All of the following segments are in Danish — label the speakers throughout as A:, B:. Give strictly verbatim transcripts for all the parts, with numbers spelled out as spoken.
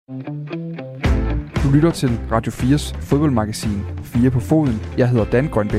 A: Du lytter til Radio fires fodboldmagasin fire på foden. Jeg hedder Dan Grønbæk.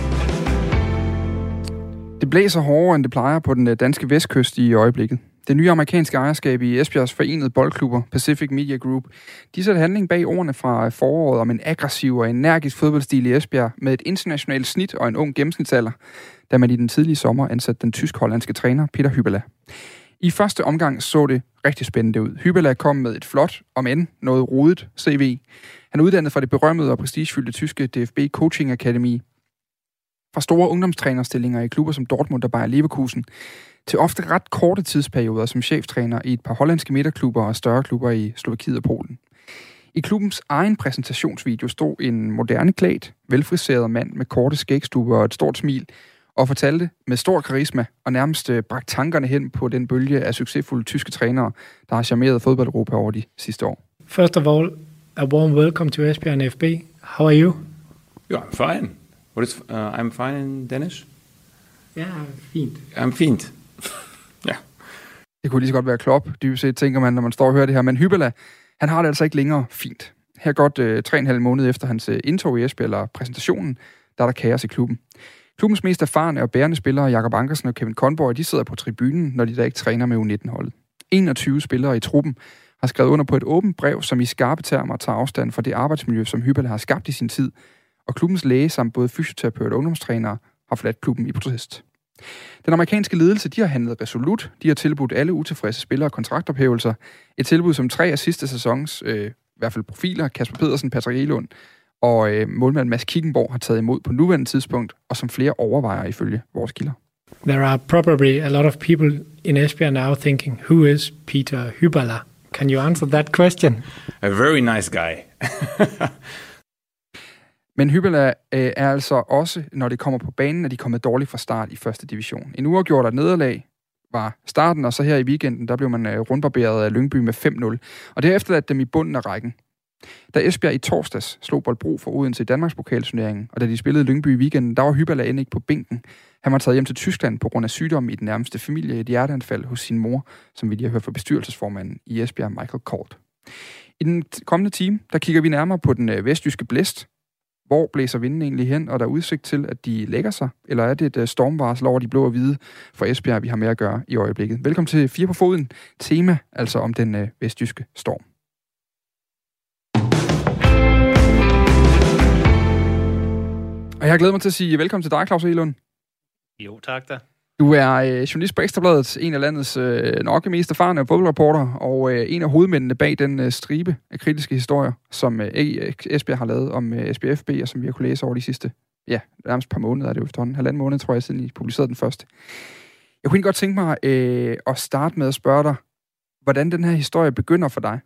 A: Det blæser hårdere, end det plejer på den danske vestkyst i øjeblikket. Det nye amerikanske ejerskab i Esbjergs forenede boldklubber, Pacific Media Group, de sætter handling bag ordene fra foråret om en aggressiv og energisk fodboldstil i Esbjerg med et internationalt snit og en ung gennemsnitsalder, da man i den tidlige sommer ansatte den tysk-hollandske træner Peter Hyballa. I første omgang så det rigtig spændende ud. Hyballa kom med et flot, om end noget rodet C V. Han er uddannet fra det berømmede og prestigefyldte tyske D F B Coaching Academy. Fra store ungdomstrænerstillinger i klubber som Dortmund og Bayer Leverkusen, til ofte ret korte tidsperioder som cheftræner i et par hollandske midterklubber og større klubber i Slovakiet og Polen. I klubbens egen præsentationsvideo stod en moderne klædt, velfriseret mand med korte skægstubber og et stort smil, og fortalte med stor karisma og nærmest bragt tankerne hen på den bølge af succesfulde tyske trænere, der har charmeret fodbold-Europa over de sidste år.
B: First of all, a warm welcome to Esbjerg and F B. How are you?
C: Yeah, I'm fine. What is, uh, I'm fine in Danish?
B: Ja, yeah, fint.
C: I'm fint. Ja.
A: Det kunne lige så godt være Klopp, dybest set, tænker man, når man står og hører det her. Men Hyballa, han har det altså ikke længere fint. Her godt øh, tre og en halv måned efter hans øh, indtog i Esbjerg, eller præsentationen, der er der kaos i klubben. Klubbens mest erfarne og bærende spillere, Jakob Ankersen og Kevin Conboy, de sidder på tribunen, når de da ikke træner med U nitten-holdet. enogtyve spillere i truppen har skrevet under på et åbent brev, som i skarpe termer tager afstand fra det arbejdsmiljø, som Hyballa har skabt i sin tid, og klubbens læge samt både fysioterapeut og ungdomstrænere har forladt klubben i protest. Den amerikanske ledelse, de har handlet resolut. De har tilbudt alle utilfredse spillere kontraktophævelser. Et tilbud, som tre af sidste sæsons, øh, i hvert fald profiler, Kasper Pedersen, Patrick Elund og øh, målmand Mads Kickenborg har taget imod på nuværende tidspunkt, og som flere overvejer ifølge vores kilder.
B: There are probably a lot of people in Esbjerg now thinking, who is Peter Hyballa? Can you answer that question?
C: A very nice guy.
A: Men Hyballa øh, er altså også, når det kommer på banen, at de kommet dårligt fra start i første division. En uafgjort og et nederlag var starten, og så her i weekenden, der blev man øh, rundbarberet af Lyngby med fem nul. Og det har efterladt dem i bunden af rækken. Da Esbjerg i torsdags slog Boldbro for Odense i Danmarks pokalturneringen, og da de spillede Lyngby i weekenden, der var Hyballa end ikke på bænken. Han var taget hjem til Tyskland på grund af sygdom i den nærmeste familie, et hjerteanfald hos sin mor, som vi lige har hørt fra bestyrelsesformanden i Esbjerg, Michael Kolt. I den kommende time, der kigger vi nærmere på den øh, vestjyske blæst. Hvor blæser vinden egentlig hen, og der er udsigt til, at de lægger sig? Eller er det et stormvarsel over de blå og hvide for Esbjerg, vi har med at gøre i øjeblikket? Velkommen til Fire på Foden. Tema altså om den øh, vestjyske storm. Og jeg har glædet mig til at sige velkommen til dig, Claus Elund.
D: Jo, tak da.
A: Du er øh, journalist på Ekstra Bladet, en af landets øh, nok mest erfarne fodboldreporter, og øh, en af hovedmændene bag den øh, stribe af kritiske historier, som øh, Esbjerg har lavet om øh, Esbjerg F B, og som vi har kunne læse over de sidste, ja, nærmest et par måneder er det jo efterhånden. Halvanden måned, tror jeg, siden I publicerede den første. Jeg kunne godt tænke mig øh, at starte med at spørge dig, hvordan den her historie begynder for dig?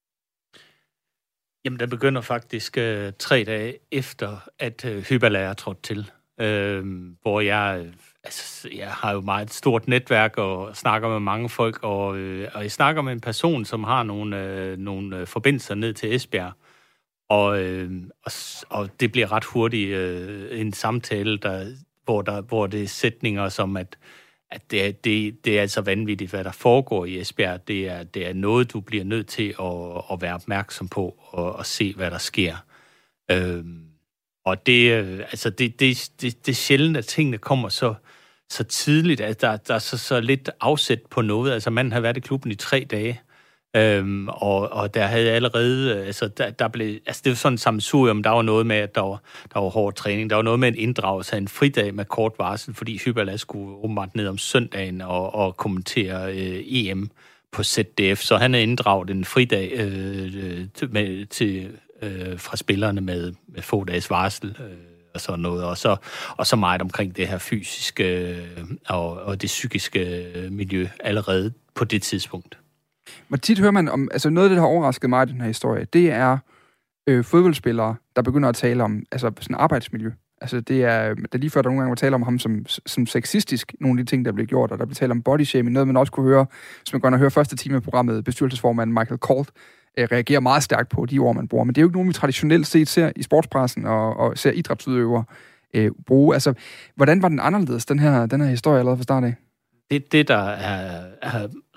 D: Jamen, den begynder faktisk øh, tre dage efter, at øh, Hyballa er trådt til. Øh, hvor jeg, altså, jeg har jo meget et stort netværk og snakker med mange folk, og, øh, og jeg snakker med en person, som har nogle, øh, nogle forbindelser ned til Esbjerg. Og, øh, og, og det bliver ret hurtigt øh, en samtale, der, hvor, der, hvor det er sætninger som, at, at det, er, det, det er altså vanvittigt, hvad der foregår i Esbjerg. Det er, det er noget, du bliver nødt til at, at være opmærksom på og, og se, hvad der sker. Øh, Og det, altså det, det, det, det er sjældent, at tingene kommer så, så tidligt, at der, der er så, så lidt afsæt på noget. Altså manden har været i klubben i tre dage, øhm, og, og der havde allerede, altså der, der blev, altså det var sådan en sammensurium, der var noget med, at der var, der var hård træning, der var noget med en inddragelse af en fridag med kort varsel, fordi Hyballa skulle åbenbart ned om søndagen og, og kommentere øh, E M på Z D F, så han er inddraget en fridag øh, til, med, til Øh, fra spillerne med, med få dages varsel øh, og sådan noget, og så, og så meget omkring det her fysiske øh, og, og det psykiske miljø allerede på det tidspunkt.
A: Hvor tit hører man om, altså noget af det, der har overrasket mig i den her historie, det er øh, fodboldspillere, der begynder at tale om altså sådan arbejdsmiljø. Altså det er, der lige før der nogle gange var tale om ham som, som sexistisk, nogle af de ting, der blev gjort, og der blev talt om bodyshaming, noget man også kunne høre, hvis man går og høre første time af programmet, bestyrelsesformanden Michael Kolt reagerer meget stærkt på de ord, man bruger. Men det er jo ikke nogen, vi traditionelt set ser i sportspressen og, og ser idrætsudøvere øh, bruge. Altså, hvordan var den anderledes, den her, den her historie allerede fra start af?
D: Det, det der er, er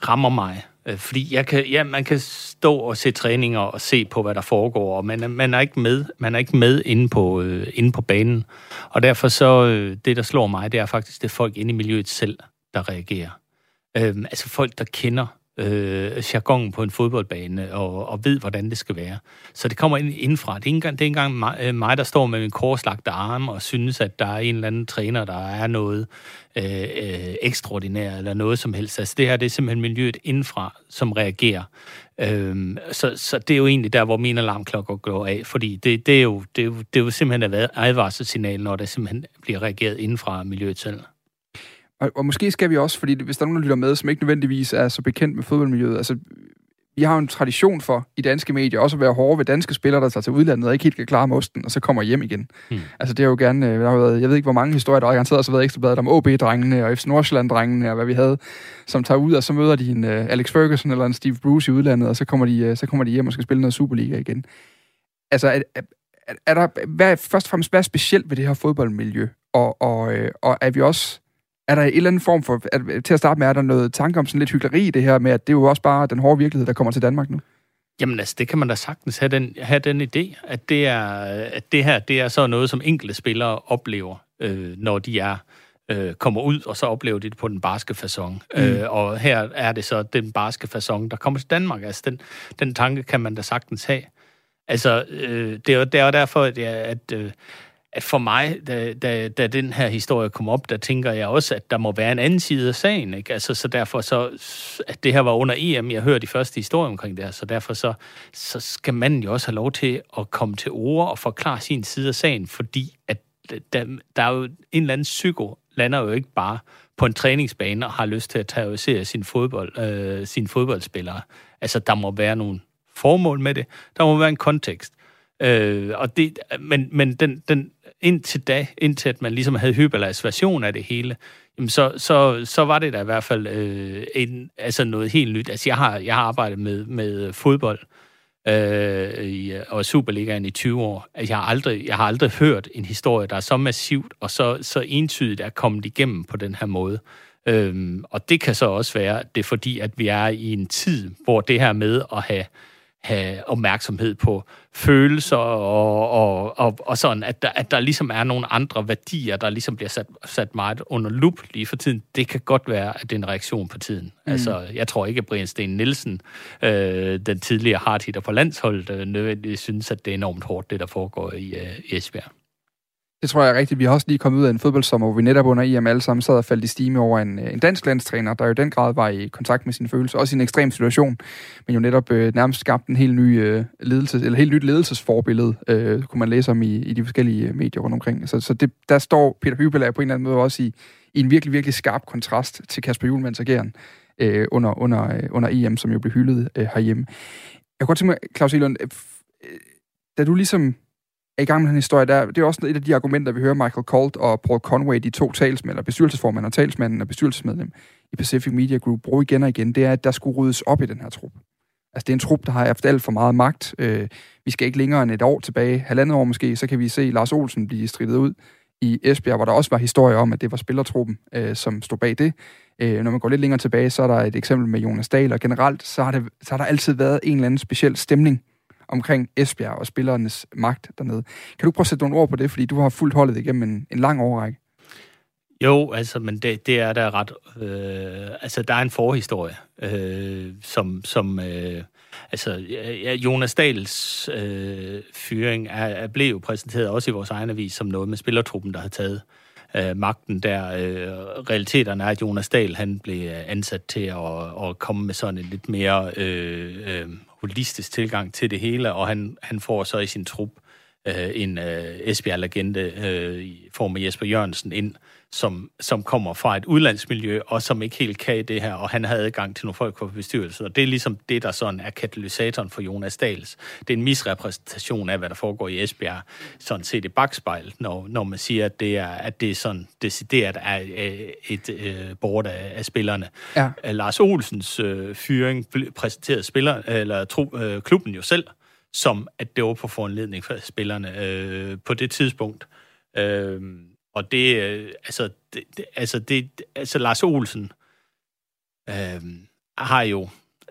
D: rammer mig. Øh, fordi jeg kan, ja, man kan stå og se træninger og se på, hvad der foregår, og man, man er ikke med, man er ikke med inde på, øh, inde på banen. Og derfor så, øh, det der slår mig, det er faktisk det folk inde i miljøet selv, der reagerer. Øh, altså folk, der kender øh, jargonen på en fodboldbane og, og ved, hvordan det skal være. Så det kommer ind indfra. Det er ikke engang, det er ikke engang mig, mig, der står med min korslagte arm og synes, at der er en eller anden træner, der er noget øh, øh, ekstraordinært eller noget som helst. Altså det her, det er simpelthen miljøet indfra, som reagerer. Øh, så, så det er jo egentlig der, hvor mine alarmklokker går af, fordi det, det, er, jo, det, er, jo, det er jo simpelthen et advarselssignal, når der simpelthen bliver reageret indfra miljøet selv.
A: Og, og måske skal vi også, fordi hvis der er nogen, der lytter med, som ikke nødvendigvis er så bekendt med fodboldmiljøet, altså vi har jo en tradition for i danske medier også at være hårde ved danske spillere, der tager til udlandet og ikke helt kan klare mosten, og så kommer hjem igen. Hmm. Altså det er jo gerne, der har været, jeg ved ikke, hvor mange historier, der har garanteret også været Ekstrabladet om O B-drengene og F C Nordsjælland-drengene og hvad vi havde, som tager ud, og så møder de en uh, Alex Ferguson eller en Steve Bruce i udlandet, og så kommer de, uh, så kommer de hjem og skal spille noget Superliga igen. Altså er, er, er der, hvad, først og fremmest, hvad er specielt ved det her fodboldmiljø? Og, og, øh, og er vi også Er der en eller anden form for, at, til at starte med, er der noget tanke om sådan lidt hykleri i det her med, at det er jo også bare den hårde virkelighed, der kommer til Danmark nu?
D: Jamen altså, det kan man da sagtens have den, have den idé, at det, er, at det her, det er så noget, som enkelte spillere oplever, øh, når de er øh, kommer ud, og så oplever de det på den barske facon. Mm. Øh, og her er det så den barske facon, der kommer til Danmark. Altså, den, den tanke kan man da sagtens have. Altså, øh, det er jo det er derfor, at, at øh, at for mig, da, da, da den her historie kom op, der tænker jeg også, at der må være en anden side af sagen, ikke? Altså, så derfor så, at det her var under E M, jeg hørte de første historier omkring det her, så derfor så, så skal man jo også have lov til at komme til ord og forklare sin side af sagen, fordi at der, der er jo en eller anden psyko, lander jo ikke bare på en træningsbane og har lyst til at terrorisere sin fodbold, øh, sine fodboldspillere. Altså, der må være nogle formål med det, der må være en kontekst. Øh, og det, men men den, den, indtil da, indtil at man ligesom havde Hyberlas version af det hele, jamen så, så, så var det da i hvert fald øh, en, altså noget helt nyt. Altså jeg har, jeg har arbejdet med, med fodbold øh, i, og Superligaen i tyve år. Altså jeg har aldrig, jeg har aldrig hørt en historie, der er så massivt og så, så entydigt er kommet igennem på den her måde. Øhm, og det kan så også være, at det er fordi, at vi er i en tid, hvor det her med at have have opmærksomhed på følelser og, og, og, og sådan, at der, at der ligesom er nogle andre værdier, der ligesom bliver sat, sat meget under lup lige for tiden. Det kan godt være, at det er en reaktion på tiden. Mm. Altså, jeg tror ikke, at Brian Steen Nielsen, øh, den tidligere hardhitter på landsholdet, øh, nødvendigvis synes, at det er enormt hårdt, det der foregår i, øh, i Esbjerg. Det
A: tror jeg er rigtigt. Vi har også lige kommet ud af en fodboldsommer, hvor vi netop under E M alle sammen sad og faldt i stime over en, en dansk landstræner, der jo i den grad var i kontakt med sine følelser, også i en ekstrem situation, men jo netop øh, nærmest skabt en helt ny øh, ledelse, eller helt nyt ledelsesforbillede, øh, kunne man læse om i, i de forskellige medier rundt omkring. Så, så det, der står Peter Hyballa på en eller anden måde også i, i en virkelig, virkelig skarp kontrast til Kasper Hjulmands ageren øh, under, under, øh, under E M, som jo blev hyldet øh, herhjemme. Jeg kunne godt tænke mig, Claus Elund, øh, da du ligesom er i gang med den historie, der, det er også et af de argumenter, vi hører Michael Colt og Paul Conway, de to talsmænd, eller bestyrelsesformand og talsmanden og bestyrelsesmedlem i Pacific Media Group, bruger igen og igen, det er, at der skulle ryddes op i den her trup. Altså, det er en trup, der har haft alt for meget magt. Øh, vi skal ikke længere end et år tilbage, halvandet år måske, så kan vi se Lars Olsen blive strittet ud i Esbjerg, hvor der også var historie om, at det var spillertruppen, øh, som stod bag det. Øh, når man går lidt længere tilbage, så er der et eksempel med Jonas Dahl, og generelt, så har, det, så har der altid været en eller anden speciel stemning omkring Esbjerg og spillernes magt dernede. Kan du prøve at sætte nogle ord på det, fordi du har fulgt holdet igennem en, en lang årrække?
D: Jo, altså, men det, det er der ret... Øh, altså, der er en forhistorie, øh, som... som øh, altså, ja, Jonas Dahls øh, fyring er, er blevet præsenteret også i vores egen avis som noget med spillertruppen, der har taget øh, magten der. Øh, realiteterne er, at Jonas Dahl, han blev ansat til at, at komme med sådan en lidt mere... Øh, øh, holistisk tilgang til det hele, og han, han får så i sin trup øh, en øh, Esbjerg-legende øh, i form af Jesper Jørgensen ind, som, som kommer fra et udlandsmiljø, og som ikke helt kan det her, og han havde adgang til nogle folk på bestyrelsen, og det er ligesom det, der sådan er katalysatoren for Jonas Dahls. Det er en misrepræsentation af, hvad der foregår i Esbjerg, sådan set i bakspejl, når, når man siger, at det er, at det er sådan decideret er et øh, bord af, af spillerne. Ja. Lars Olsens øh, fyring præsenterede spiller, eller tro, øh, klubben jo selv, som at det var på foranledning for spillerne øh, på det tidspunkt. Øh, Og det, øh, altså, det, det, altså, det, altså Lars Olsen, øh, har jo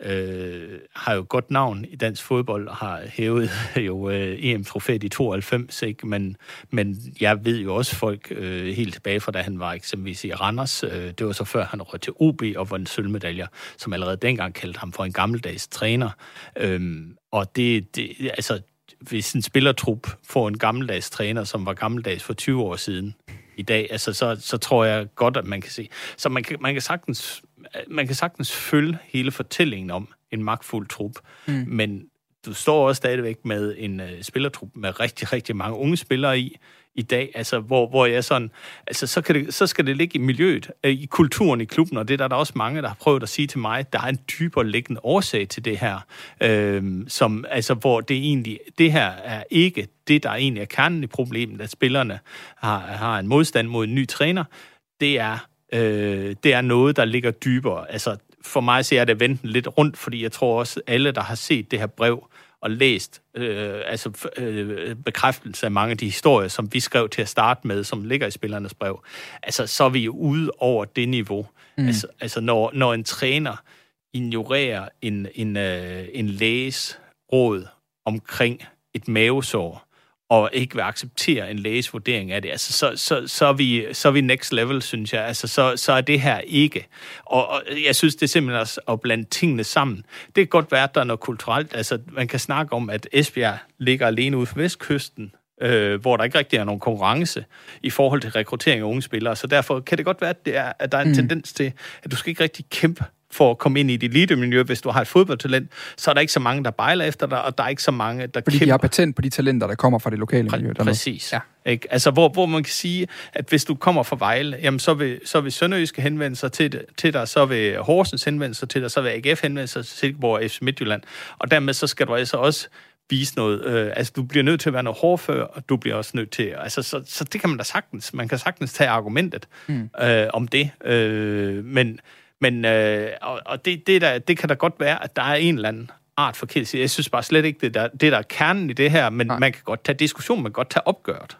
D: øh, har jo godt navn i dansk fodbold, og har hævet jo øh, E M-trofæet i tooghalvfems, ikke? Men, men jeg ved jo også folk øh, helt tilbage fra, da han var eksempelvis i Randers. Øh, det var så før han røg til O B og vandt sølvmedaljer, som allerede dengang kaldte ham for en gammeldags træner. Øhm, og det, det, altså, hvis en spillertrup får en gammeldags træner, som var gammeldags for tyve år siden i dag, altså, så, så tror jeg godt, at man kan se. Så man kan, man kan sagtens man kan sagtens følge hele fortællingen om en magtfuld trup, mm. men du står også stadigvæk med en uh, spillertrup med rigtig, rigtig mange unge spillere i i dag, altså hvor, hvor jeg sådan, altså så, kan det, så skal det ligge i miljøet, øh, i kulturen i klubben, og det der er der også mange, der har prøvet at sige til mig, der er en dybere liggende årsag til det her, øh, som, altså hvor det egentlig, det her er ikke det, der egentlig er kernen i problemet, at spillerne har, har en modstand mod en ny træner, det er Øh, det er noget, der ligger dybere. Altså, for mig ser jeg det venten lidt rundt, fordi jeg tror også, alle, der har set det her brev og læst øh, altså, øh, bekræftelse af mange af de historier, som vi skrev til at starte med, som ligger i spillernes brev, altså, så er vi jo ude over det niveau. Mm. Altså, altså når, når en træner ignorerer en, en, øh, en læges råd omkring et mavesår, og ikke vil acceptere en læges vurdering af det, altså, så, så, så, er vi, så er vi next level, synes jeg. Altså, så, så er det her ikke. Og, og jeg synes, det er simpelthen også at blande tingene sammen. Det kan godt være, at der er noget kulturelt. Altså, man kan snakke om, at Esbjerg ligger alene ude for vestkysten, øh, hvor der ikke rigtig er nogen konkurrence i forhold til rekruttering af unge spillere. Så derfor kan det godt være, at, det er, at der er en mm. tendens til, at du skal ikke rigtig kæmpe for at komme ind i et elitemiljø, hvis du har et fodboldtalent, så er der ikke så mange, der bejler efter dig, og der er ikke så mange, der
A: Fordi
D: kæmper.
A: de har patent på de talenter, der kommer fra det lokale
D: Præ-
A: miljø.
D: Præcis. Ja. Ikke? Altså, hvor, hvor man kan sige, at hvis du kommer fra Vejle, jamen, så vil, så vil Sønderjyske henvende sig til, til dig, så vil Horsens henvende sig til dig, så vil A G F henvende sig til Silkeborg og F C Midtjylland, og dermed så skal du altså også vise noget. Øh, altså, du bliver nødt til at være noget hårdfør, og du bliver også nødt til... Altså, så, så det kan man da sagtens. Man kan sagtens tage argumentet mm. øh, om det. Øh, men Men øh, og, og det, det, der, det kan da godt være, at der er en eller anden art for kældelse. Jeg synes bare slet ikke, det der, det der er kernen i det her, men Nej. man kan godt tage diskussion, man kan godt tage opgøret.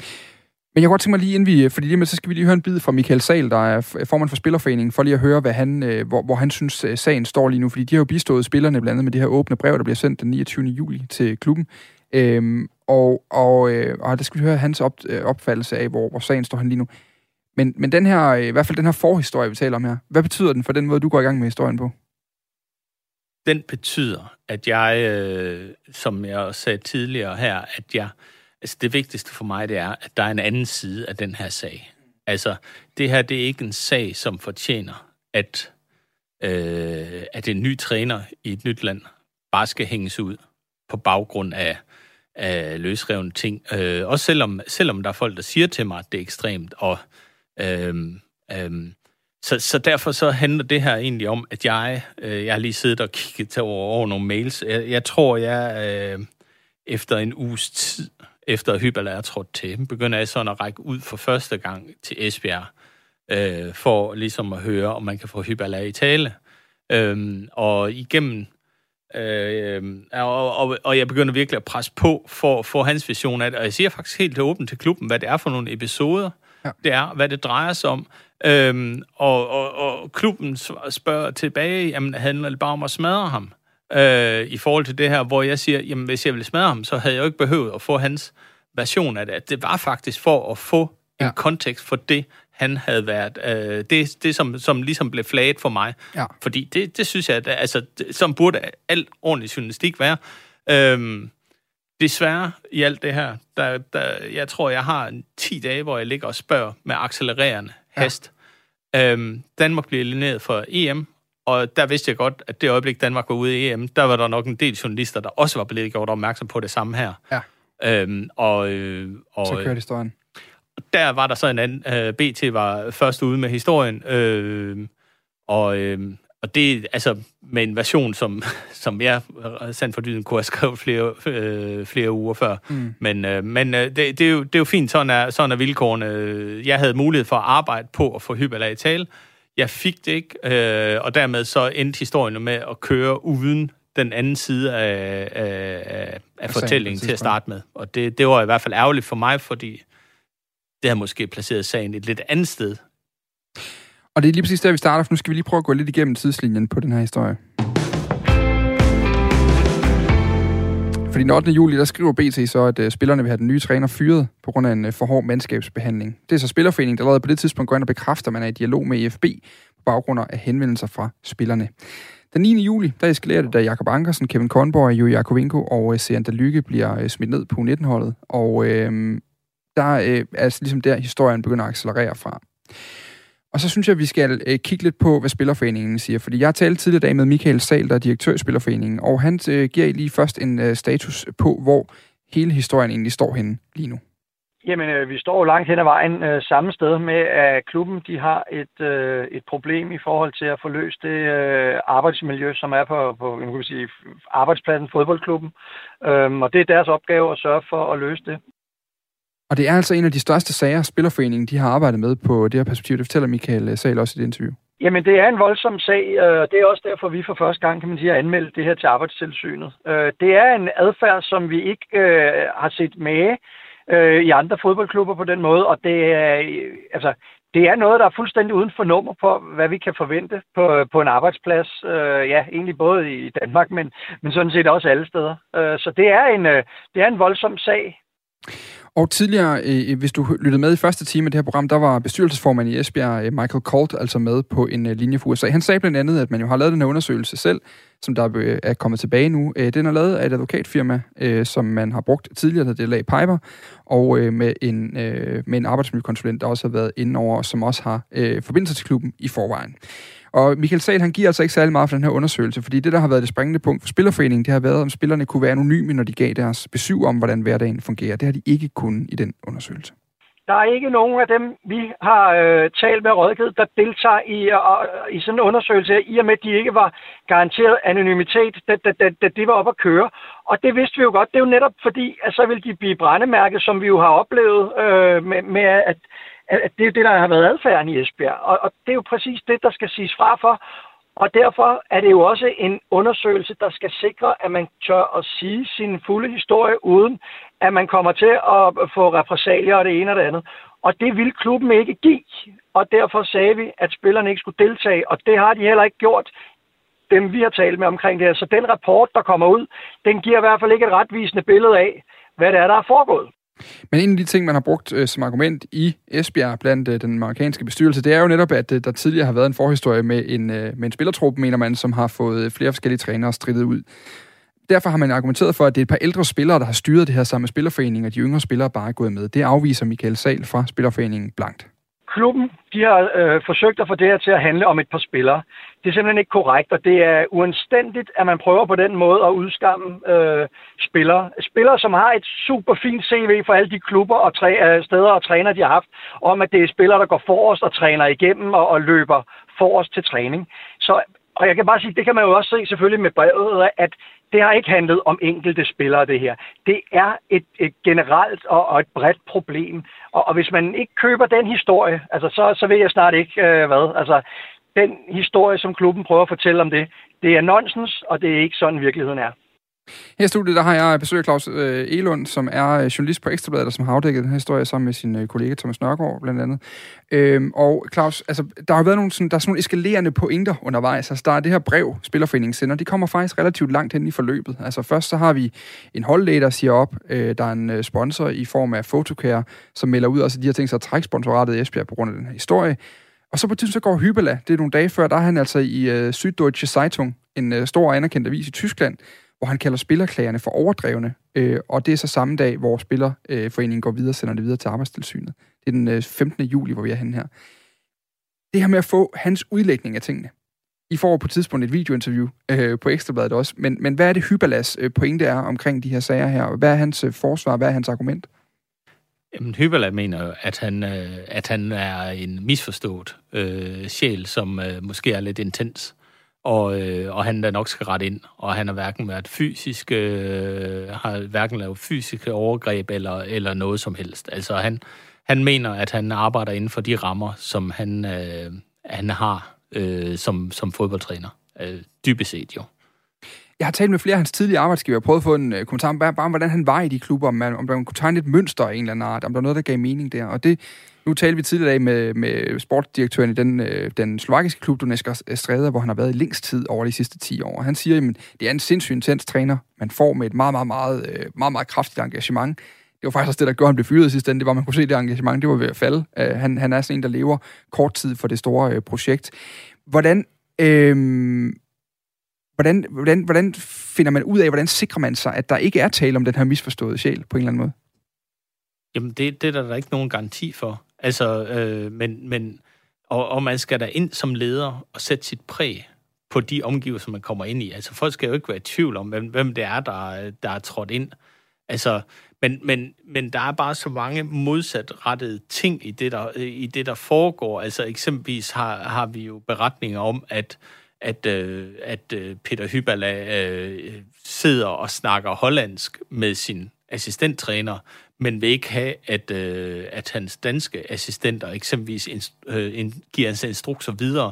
A: Men jeg kunne godt tænke mig lige, inden vi, fordi lige med, så skal vi lige høre en bid fra Michael Sahl, der er formand for Spillerforeningen, for lige at høre, hvad han, hvor, hvor han synes, sagen står lige nu, fordi de har jo bistået spillerne blandt andet med det her åbne brev, der bliver sendt den niogtyvende juli til klubben. Øhm, og, og, og der skal vi høre hans op, opfattelse af, hvor, hvor sagen står han lige nu. Men, men den her, i hvert fald den her forhistorie, vi taler om her, hvad betyder den for den måde, du går i gang med historien på?
D: Den betyder, at jeg, øh, som jeg også sagde tidligere her, at jeg, altså det vigtigste for mig, det er, at der er en anden side af den her sag. Altså, det her, det er ikke en sag, som fortjener, at, øh, at en ny træner i et nyt land bare skal hænges ud på baggrund af, af løsrevne ting. Øh, også selvom, selvom der er folk, der siger til mig, at det er ekstremt, og Øhm, øhm, så, så derfor så handler det her egentlig om, at jeg, øh, jeg har lige siddet og kigget til over, over nogle mails. Jeg, jeg tror, jeg øh, efter en uges tid, efter Hyballa er trådt til, begynder jeg sådan at række ud for første gang til Esbjerg, øh, for ligesom at høre, om man kan få Hyballa i tale. Øhm, og igennem Øh, og, og, og jeg begynder virkelig at presse på for, for hans vision af det. Og jeg siger faktisk helt åbent til klubben, hvad det er for nogle episoder, ja. det er, hvad det drejer sig om. Øhm, og, og, og klubben spørger tilbage, jamen handler det bare om at smadre ham? Øh, I forhold til det her, hvor jeg siger, jamen hvis jeg ville smadre ham, så havde jeg jo ikke behøvet at få hans version af det. Det var faktisk for at få ja. en kontekst for det, han havde været, øh, det, det som, som ligesom blev flaget for mig. Ja. Fordi det, det synes jeg, at, altså, det, som burde alt ordentlig journalistik være. Øhm, desværre i alt det her, der, der, jeg tror, jeg har ti dage, hvor jeg ligger og spørger med accelererende hast. Ja. Øhm, Danmark bliver elimineret for E M, og der vidste jeg godt, at det øjeblik, Danmark var ude i E M, der var der nok en del journalister, der også var blevet gjort opmærksom på det samme her. Ja. Øhm, og, øh, og,
A: så kørte historien.
D: Der var der så en anden, øh, B T var først ude med historien, øh, og, øh, og det altså med en version, som, som jeg sandt for dyden kunne have skrevet flere, øh, flere uger før. Mm. Men, øh, men øh, det, det, er jo, det er jo fint, sådan er, sådan er vilkårene. Jeg havde mulighed for at arbejde på at få Hyballa i tale. Jeg fik det ikke, øh, og dermed så endte historien med at køre uden den anden side af, af, af fortællingen til at starte med. Og det, det var i hvert fald ærgerligt for mig, fordi det har måske placeret sagen et lidt andet sted.
A: Og det er lige præcis der, vi starter, for nu skal vi lige prøve at gå lidt igennem tidslinjen på den her historie. Fordi den ottende juli, der skriver B T så, at uh, spillerne vil have den nye træner fyret på grund af en uh, for hård mandskabsbehandling. Det er så Spillerforeningen, der allerede på det tidspunkt går ind og bekræfter, at man er i dialog med E F B på baggrund af henvendelser fra spillerne. Den niende juli, der eskalerer det, da Jakob Ankersen, Kevin Conboy, Jo Jakovinko og uh, Seander Lykke bliver uh, smidt ned på U nitten-holdet. Og uh, der uh, er altså ligesom der, historien begynder at accelerere fra. Og så synes jeg, at vi skal øh, kigge lidt på, hvad Spillerforeningen siger. Fordi jeg har talt tidligere dag med Michael Sahl, der er direktør i Spillerforeningen, og han øh, giver lige først en øh, status på, hvor hele historien egentlig står henne lige nu.
E: Jamen, øh, vi står jo langt hen ad vejen øh, samme sted med, at klubben de har et, øh, et problem i forhold til at få løst det øh, arbejdsmiljø, som er på, på jeg kan sige, arbejdspladsen, fodboldklubben. Øhm, og det er deres opgave at sørge for at løse det.
A: Og det er altså en af de største sager, Spillerforeningen de har arbejdet med på det her perspektiv. Det fortæller Michael Sahl også i det interview.
E: Jamen, det er en voldsom sag, og det er også derfor, vi for første gang, kan man sige, har anmeldt det her til Arbejdstilsynet. Det er en adfærd, som vi ikke har set med i andre fodboldklubber på den måde, og det er, altså, det er noget, der er fuldstændig uden for nummer på, hvad vi kan forvente på, på en arbejdsplads. Ja, egentlig både i Danmark, men, men sådan set også alle steder. Så det er en, det er en voldsom sag.
A: Og tidligere, øh, hvis du lyttede med i første time af det her program, der var bestyrelsesformand i Esbjerg, Michael Colt, altså med på en øh, linje for U S A. Han sagde blandt andet, at man jo har lavet den her undersøgelse selv, som der øh, er kommet tilbage nu. Øh, den er lavet af et advokatfirma, øh, som man har brugt tidligere, det er Lag Piper, og øh, med, en, øh, med en arbejdsmiljøkonsulent, der også har været inde over, som også har øh, forbindelse til klubben i forvejen. Og Michael Sahl, han giver altså ikke særlig meget for den her undersøgelse, fordi det, der har været det springende punkt for Spillerforeningen, det har været, om spillerne kunne være anonyme, når de gav deres besøg om, hvordan hverdagen fungerer. Det har de ikke kunnet i den undersøgelse. Der
E: er ikke nogen af dem, vi har øh, talt med rådgivet, der deltager i, øh, i sådan en undersøgelse, i og med, at de ikke var garanteret anonymitet, da, da, da, da de var oppe at køre. Og det vidste vi jo godt. Det er jo netop fordi, at så vil de blive brændemærket, som vi jo har oplevet øh, med, med at at det er det, der har været adfærden i Esbjerg. Og, og det er jo præcis det, der skal siges fra for. Og derfor er det jo også en undersøgelse, der skal sikre, at man tør at sige sin fulde historie, uden at man kommer til at få repressalier og det ene og det andet. Og det ville klubben ikke give. Og derfor sagde vi, at spillerne ikke skulle deltage. Og det har de heller ikke gjort, dem vi har talt med omkring det her. Så den rapport, der kommer ud, den giver i hvert fald ikke et retvisende billede af, hvad det er, der er foregået.
A: Men en af de ting, man har brugt øh, som argument i Esbjerg blandt øh, den amerikanske bestyrelse, det er jo netop, at øh, der tidligere har været en forhistorie med en, øh, med en spillertrup, mener man, som har fået flere forskellige trænere strittet ud. Derfor har man argumenteret for, at det er et par ældre spillere, der har styret det her sammen med Spillerforeningen, og de yngre spillere bare er gået med. Det afviser Michael Sahl fra Spillerforeningen blankt.
E: Klubben, de har øh, forsøgt at få det her til at handle om et par spillere. Det er simpelthen ikke korrekt, og det er uanstændigt, at man prøver på den måde at udskamme øh, spillere. Spillere, som har et super fint C V for alle de klubber og træ, øh, steder og træner, de har haft, om at det er spillere, der går forrest og træner igennem og, og løber forrest til træning. Så, og jeg kan bare sige, det kan man jo også se selvfølgelig med brevet, at det har ikke handlet om enkelte spillere, det her. Det er et, et generelt og, og et bredt problem. Og, og hvis man ikke køber den historie, altså så, så ved jeg snart ikke, øh, hvad. Altså, den historie, som klubben prøver at fortælle om det, det er nonsens, og det er ikke sådan, virkeligheden er.
A: Her i studiet, der har jeg besøg af Claus øh, Elund, som er journalist på Ekstra Bladet, som har afdækket den her historie sammen med sin øh, kollega Thomas Nørgaard, blandt andet. Øhm, og Claus, altså, der har været nogle, sådan, der er sådan nogle eskalerende pointer undervejs. Altså, der er det her brev, Spillerforeningen sender, de kommer faktisk relativt langt hen i forløbet. Altså, først så har vi en holdlæge, der siger op, øh, der er en øh, sponsor i form af Photocare, som melder ud, også de har tænkt sig at trække sponsoratet i Esbjerg på grund af den her historie. Og så på tidspunkt så går Hybala, det er nogle dage før, der er han altså i øh, Süddeutsche Zeitung, en øh, stor og anerkendt avis i Tyskland, hvor han kalder spillerklagerne for overdrevne, øh, og det er så samme dag, hvor Spillerforeningen går videre og sender det videre til Arbejdstilsynet. Det er den øh, femtende juli, hvor vi er henne her. Det her med at få hans udlægning af tingene. I får på et tidspunkt et videointerview øh, på Ekstrabladet også, men, men hvad er det Hybalas øh, pointe er omkring de her sager her? Hvad er hans øh, forsvar? Hvad er hans argument?
D: Jamen, Hybala mener jo, at han, øh, at han er en misforstået øh, sjæl, som øh, måske er lidt intens. Og, øh, og han der nok skal rette ind, og han har hverken været fysisk, øh, har hverken lavet fysiske overgreb eller, eller noget som helst. Altså han, han mener, at han arbejder inden for de rammer, som han, øh, han har øh, som, som fodboldtræner. Øh, dybest set jo.
A: Jeg har talt med flere af hans tidligere arbejdsgiver, og prøvet at få en uh, kommentar om, bare om, hvordan han var i de klubber, om man, om man kunne tegne et mønster af en eller anden art, om der var noget, der gav mening der. Og det, nu talte vi tidligere af med, med sportsdirektøren i den, uh, den slovakiske klub, Dunajská Streda, hvor han har været i længst tid over de sidste ti år. Han siger, at det er en sindssygt intens træner, man får med et meget, meget, meget, meget, meget, meget kraftigt engagement. Det var faktisk også det, der gjorde, han blev fyret i sidste ende. Det var, man kunne se, det engagement, det var ved at falde. Uh, han, han er sådan en, der lever kort tid for det store uh, projekt. Hvordan... Uh, Hvordan, hvordan, hvordan finder man ud af, hvordan sikrer man sig, at der ikke er tale om den her misforståede sjæl på en eller anden måde?
D: Jamen, det, det er der ikke nogen garanti for. Altså, øh, men, men, og, og man skal da ind som leder og sætte sit præg på de omgivelser, man kommer ind i. Altså, folk skal jo ikke være i tvivl om, hvem, hvem det er, der, der er trådt ind. Altså, men, men, men der er bare så mange modsatrettede ting i det, der, i det, der foregår. Altså, eksempelvis har, har vi jo beretninger om, at at, øh, at øh, Peter Hyballa øh, sidder og snakker hollandsk med sin assistenttræner, men vil ikke have, at, øh, at hans danske assistenter eksempelvis inst- øh, giver hans instrukser videre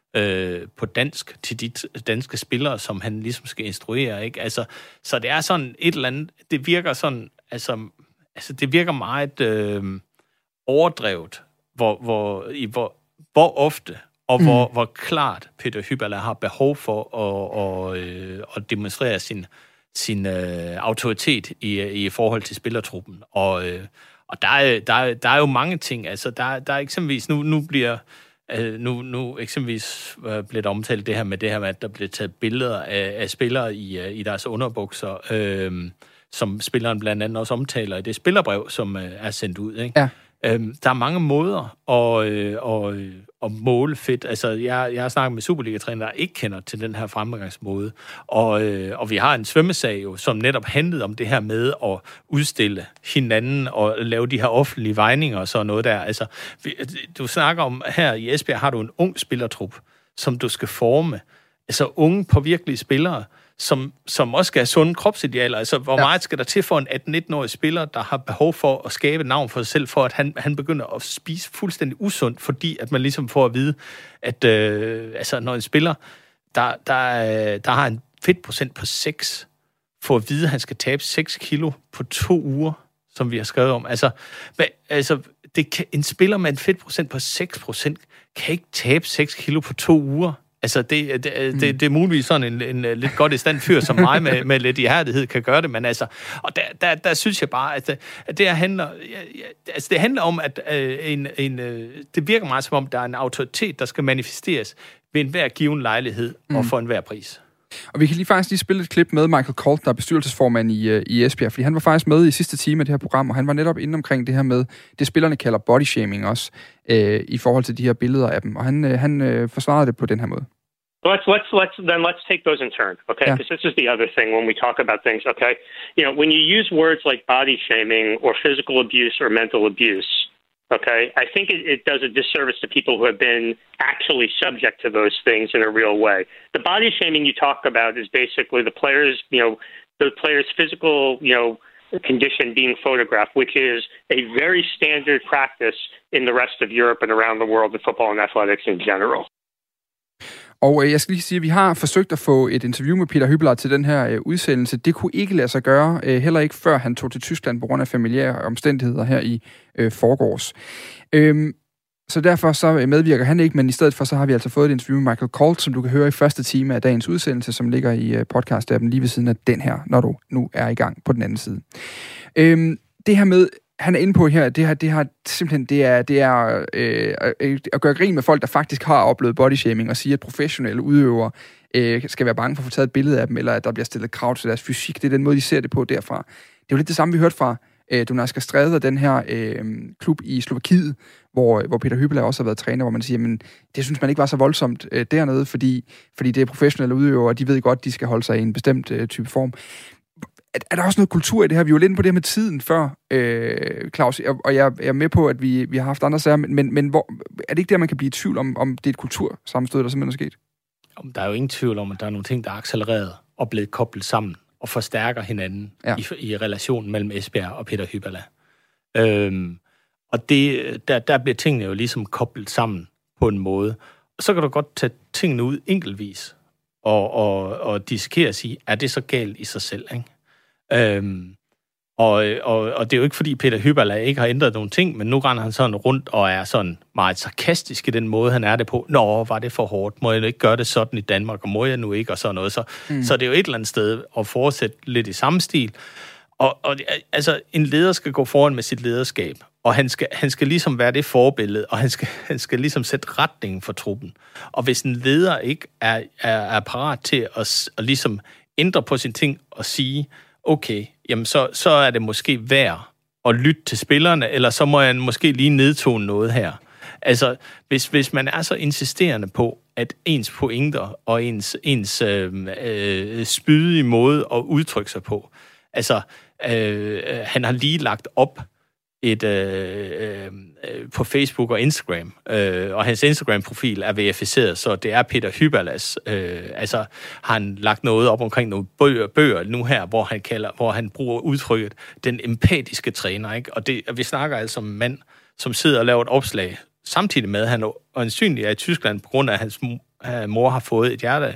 D: øh, på dansk til de danske spillere, som han ligesom skal instruere, ikke? Altså, så det er sådan et eller andet, det virker sådan, altså, altså det virker meget øh, overdrevet, hvor, hvor, i, hvor, hvor ofte og hvor, mm. hvor klart Peter Hyballa har behov for at, og, øh, at demonstrere sin, sin øh, autoritet i, i forhold til spillertruppen. Og, øh, og der, er, der, er, der er jo mange ting. Altså, der, der er eksempelvis, nu, nu bliver øh, nu, nu eksempelvis øh, bliver der omtalt det her med det her med, at der bliver taget billeder af, af spillere i, i deres underbukser, øh, som spilleren blandt andet også omtaler i det spillerbrev, som øh, er sendt ud, ikke? Ja. Øhm, der er mange måder at, øh, og, at måle fedt. Altså, jeg, jeg har snakket med Superliga-trænere, der ikke kender til den her fremgangsmåde. Og, øh, og vi har en svømmesag, jo, som netop handlede om det her med at udstille hinanden og lave de her offentlige vejninger og sådan noget der. Altså, vi, du snakker om, her i Esbjerg har du en ung spillertrup, som du skal forme. Altså, unge påvirkelige spillere, som, som også skal have sunde kropsidealer. Altså, hvor ja. meget skal der til for en atten-nitten-årig spiller, der har behov for at skabe et navn for sig selv, for at han, han begynder at spise fuldstændig usundt, fordi at man ligesom får at vide, at øh, altså, når en spiller, der, der, der har en fedtprocent på seks, får at vide, at han skal tabe seks kilo på to uger, som vi har skrevet om. Altså, hvad, altså det kan, en spiller med en fedtprocent på seks procent kan ikke tabe seks kilo på to uger. Altså, det, det, mm. det, det er muligvis sådan en, en, en lidt godt i stand fyr som mig med, med lidt ihærdighed kan gøre det, men altså, og der, der, der synes jeg bare, at det, at det handler, altså det handler om, at øh, en, en, øh, det virker meget som om, der er en autoritet, der skal manifesteres ved enhver given lejlighed mm. og for enhver pris.
A: Og vi kan lige faktisk lige spille et klip med Michael Colt, der er bestyrelsesformand i, i Esbjerg, fordi han var faktisk med i sidste time af det her program, og han var netop inde omkring det her med, det spillerne kalder body shaming også, øh, i forhold til de her billeder af dem, og han, øh, han øh, forsvarede det på den her måde.
F: Let's let's let's then let's take those in turn, okay? Because yeah. this is the other thing when we talk about things, okay? You know, when you use words like body shaming or physical abuse or mental abuse, okay, I think it, it does a disservice to people who have been actually subject to those things in a real way. The body shaming you talk about is basically the players, you know, the players' physical, you know, condition being photographed, which is a very standard practice in the rest of Europe and around the world in football and athletics in general.
A: Og øh, jeg skal lige sige, at vi har forsøgt at få et interview med Peter Hyballa til den her øh, udsendelse. Det kunne ikke lade sig gøre, øh, heller ikke før han tog til Tyskland på grund af familiære omstændigheder her i øh, forgårs. Øhm, så derfor så medvirker han ikke, men i stedet for så har vi altså fået et interview med Michael Colt, som du kan høre i første time af dagens udsendelse, som ligger i øh, podcast-appen lige ved siden af den her, når du nu er i gang på den anden side. Øhm, det her med han er inde på her, det her, det her simpelthen, det er, det er øh, at gøre grin med folk, der faktisk har oplevet bodyshaming, og sige, at professionelle udøvere øh, skal være bange for at få taget et billede af dem, eller at der bliver stillet krav til deres fysik. Det er den måde, de ser det på derfra. Det er jo lidt det samme, vi hørte fra øh, Dunajská Streda, den her øh, klub i Slovakiet, hvor, hvor Peter Hyballa også har været træner, hvor man siger, men det synes man ikke var så voldsomt øh, dernede, fordi, fordi det er professionelle udøvere, og de ved godt, de skal holde sig i en bestemt øh, type form. Er der også noget kultur i det her? Vi var lidt inde på det her med tiden før, øh, Claus, og jeg er med på, at vi, vi har haft andre sager, men, men hvor, er det ikke der, man kan blive i tvivl om, om det er et kultursammenstød, der simpelthen er sket? Der
D: er jo ingen tvivl om, at der er nogle ting, der er accelereret og blevet koblet sammen og forstærker hinanden ja. i, i relationen mellem Esbjerg og Peter Hyballa. Øhm, og det, der, der bliver tingene jo ligesom koblet sammen på en måde. Og så kan du godt tage tingene ud enkeltvis og, og, og dissekere og sige, er det så galt i sig selv, ikke? Øhm, og, og, og det er jo ikke, fordi Peter Hyballa ikke har ændret nogle ting, men nu render han sådan rundt og er sådan meget sarkastisk i den måde, han er det på. Nå, var det for hårdt? Må jeg ikke gøre det sådan i Danmark, og må jeg nu ikke, og sådan noget. Så, mm. så det er jo et eller andet sted at fortsætte lidt i samme stil. Og, og altså, en leder skal gå foran med sit lederskab, og han skal, han skal ligesom være det forbillede, og han skal, han skal ligesom sætte retningen for truppen. Og hvis en leder ikke er, er, er parat til at, at ligesom ændre på sine ting og sige, okay, jamen så, så er det måske værd at lytte til spillerne, eller så må jeg måske lige nedtone noget her. Altså, hvis, hvis man er så insisterende på, at ens pointer og ens, ens øh, øh, spydige måde at udtrykke sig på, altså, øh, han har lige lagt op et øh, øh, på Facebook og Instagram, øh, og hans Instagram-profil er verificeret, så det er Peter Hyballas. Øh, altså, har han lagt noget op omkring nogle bøger, bøger nu her, hvor han kalder, hvor han bruger udtrykket den empatiske træner, ikke? Og det, vi snakker altså om en mand, som sidder og laver et opslag, samtidig med, at han øjensynligt er i Tyskland, på grund af, at hans mor har fået et hjerte,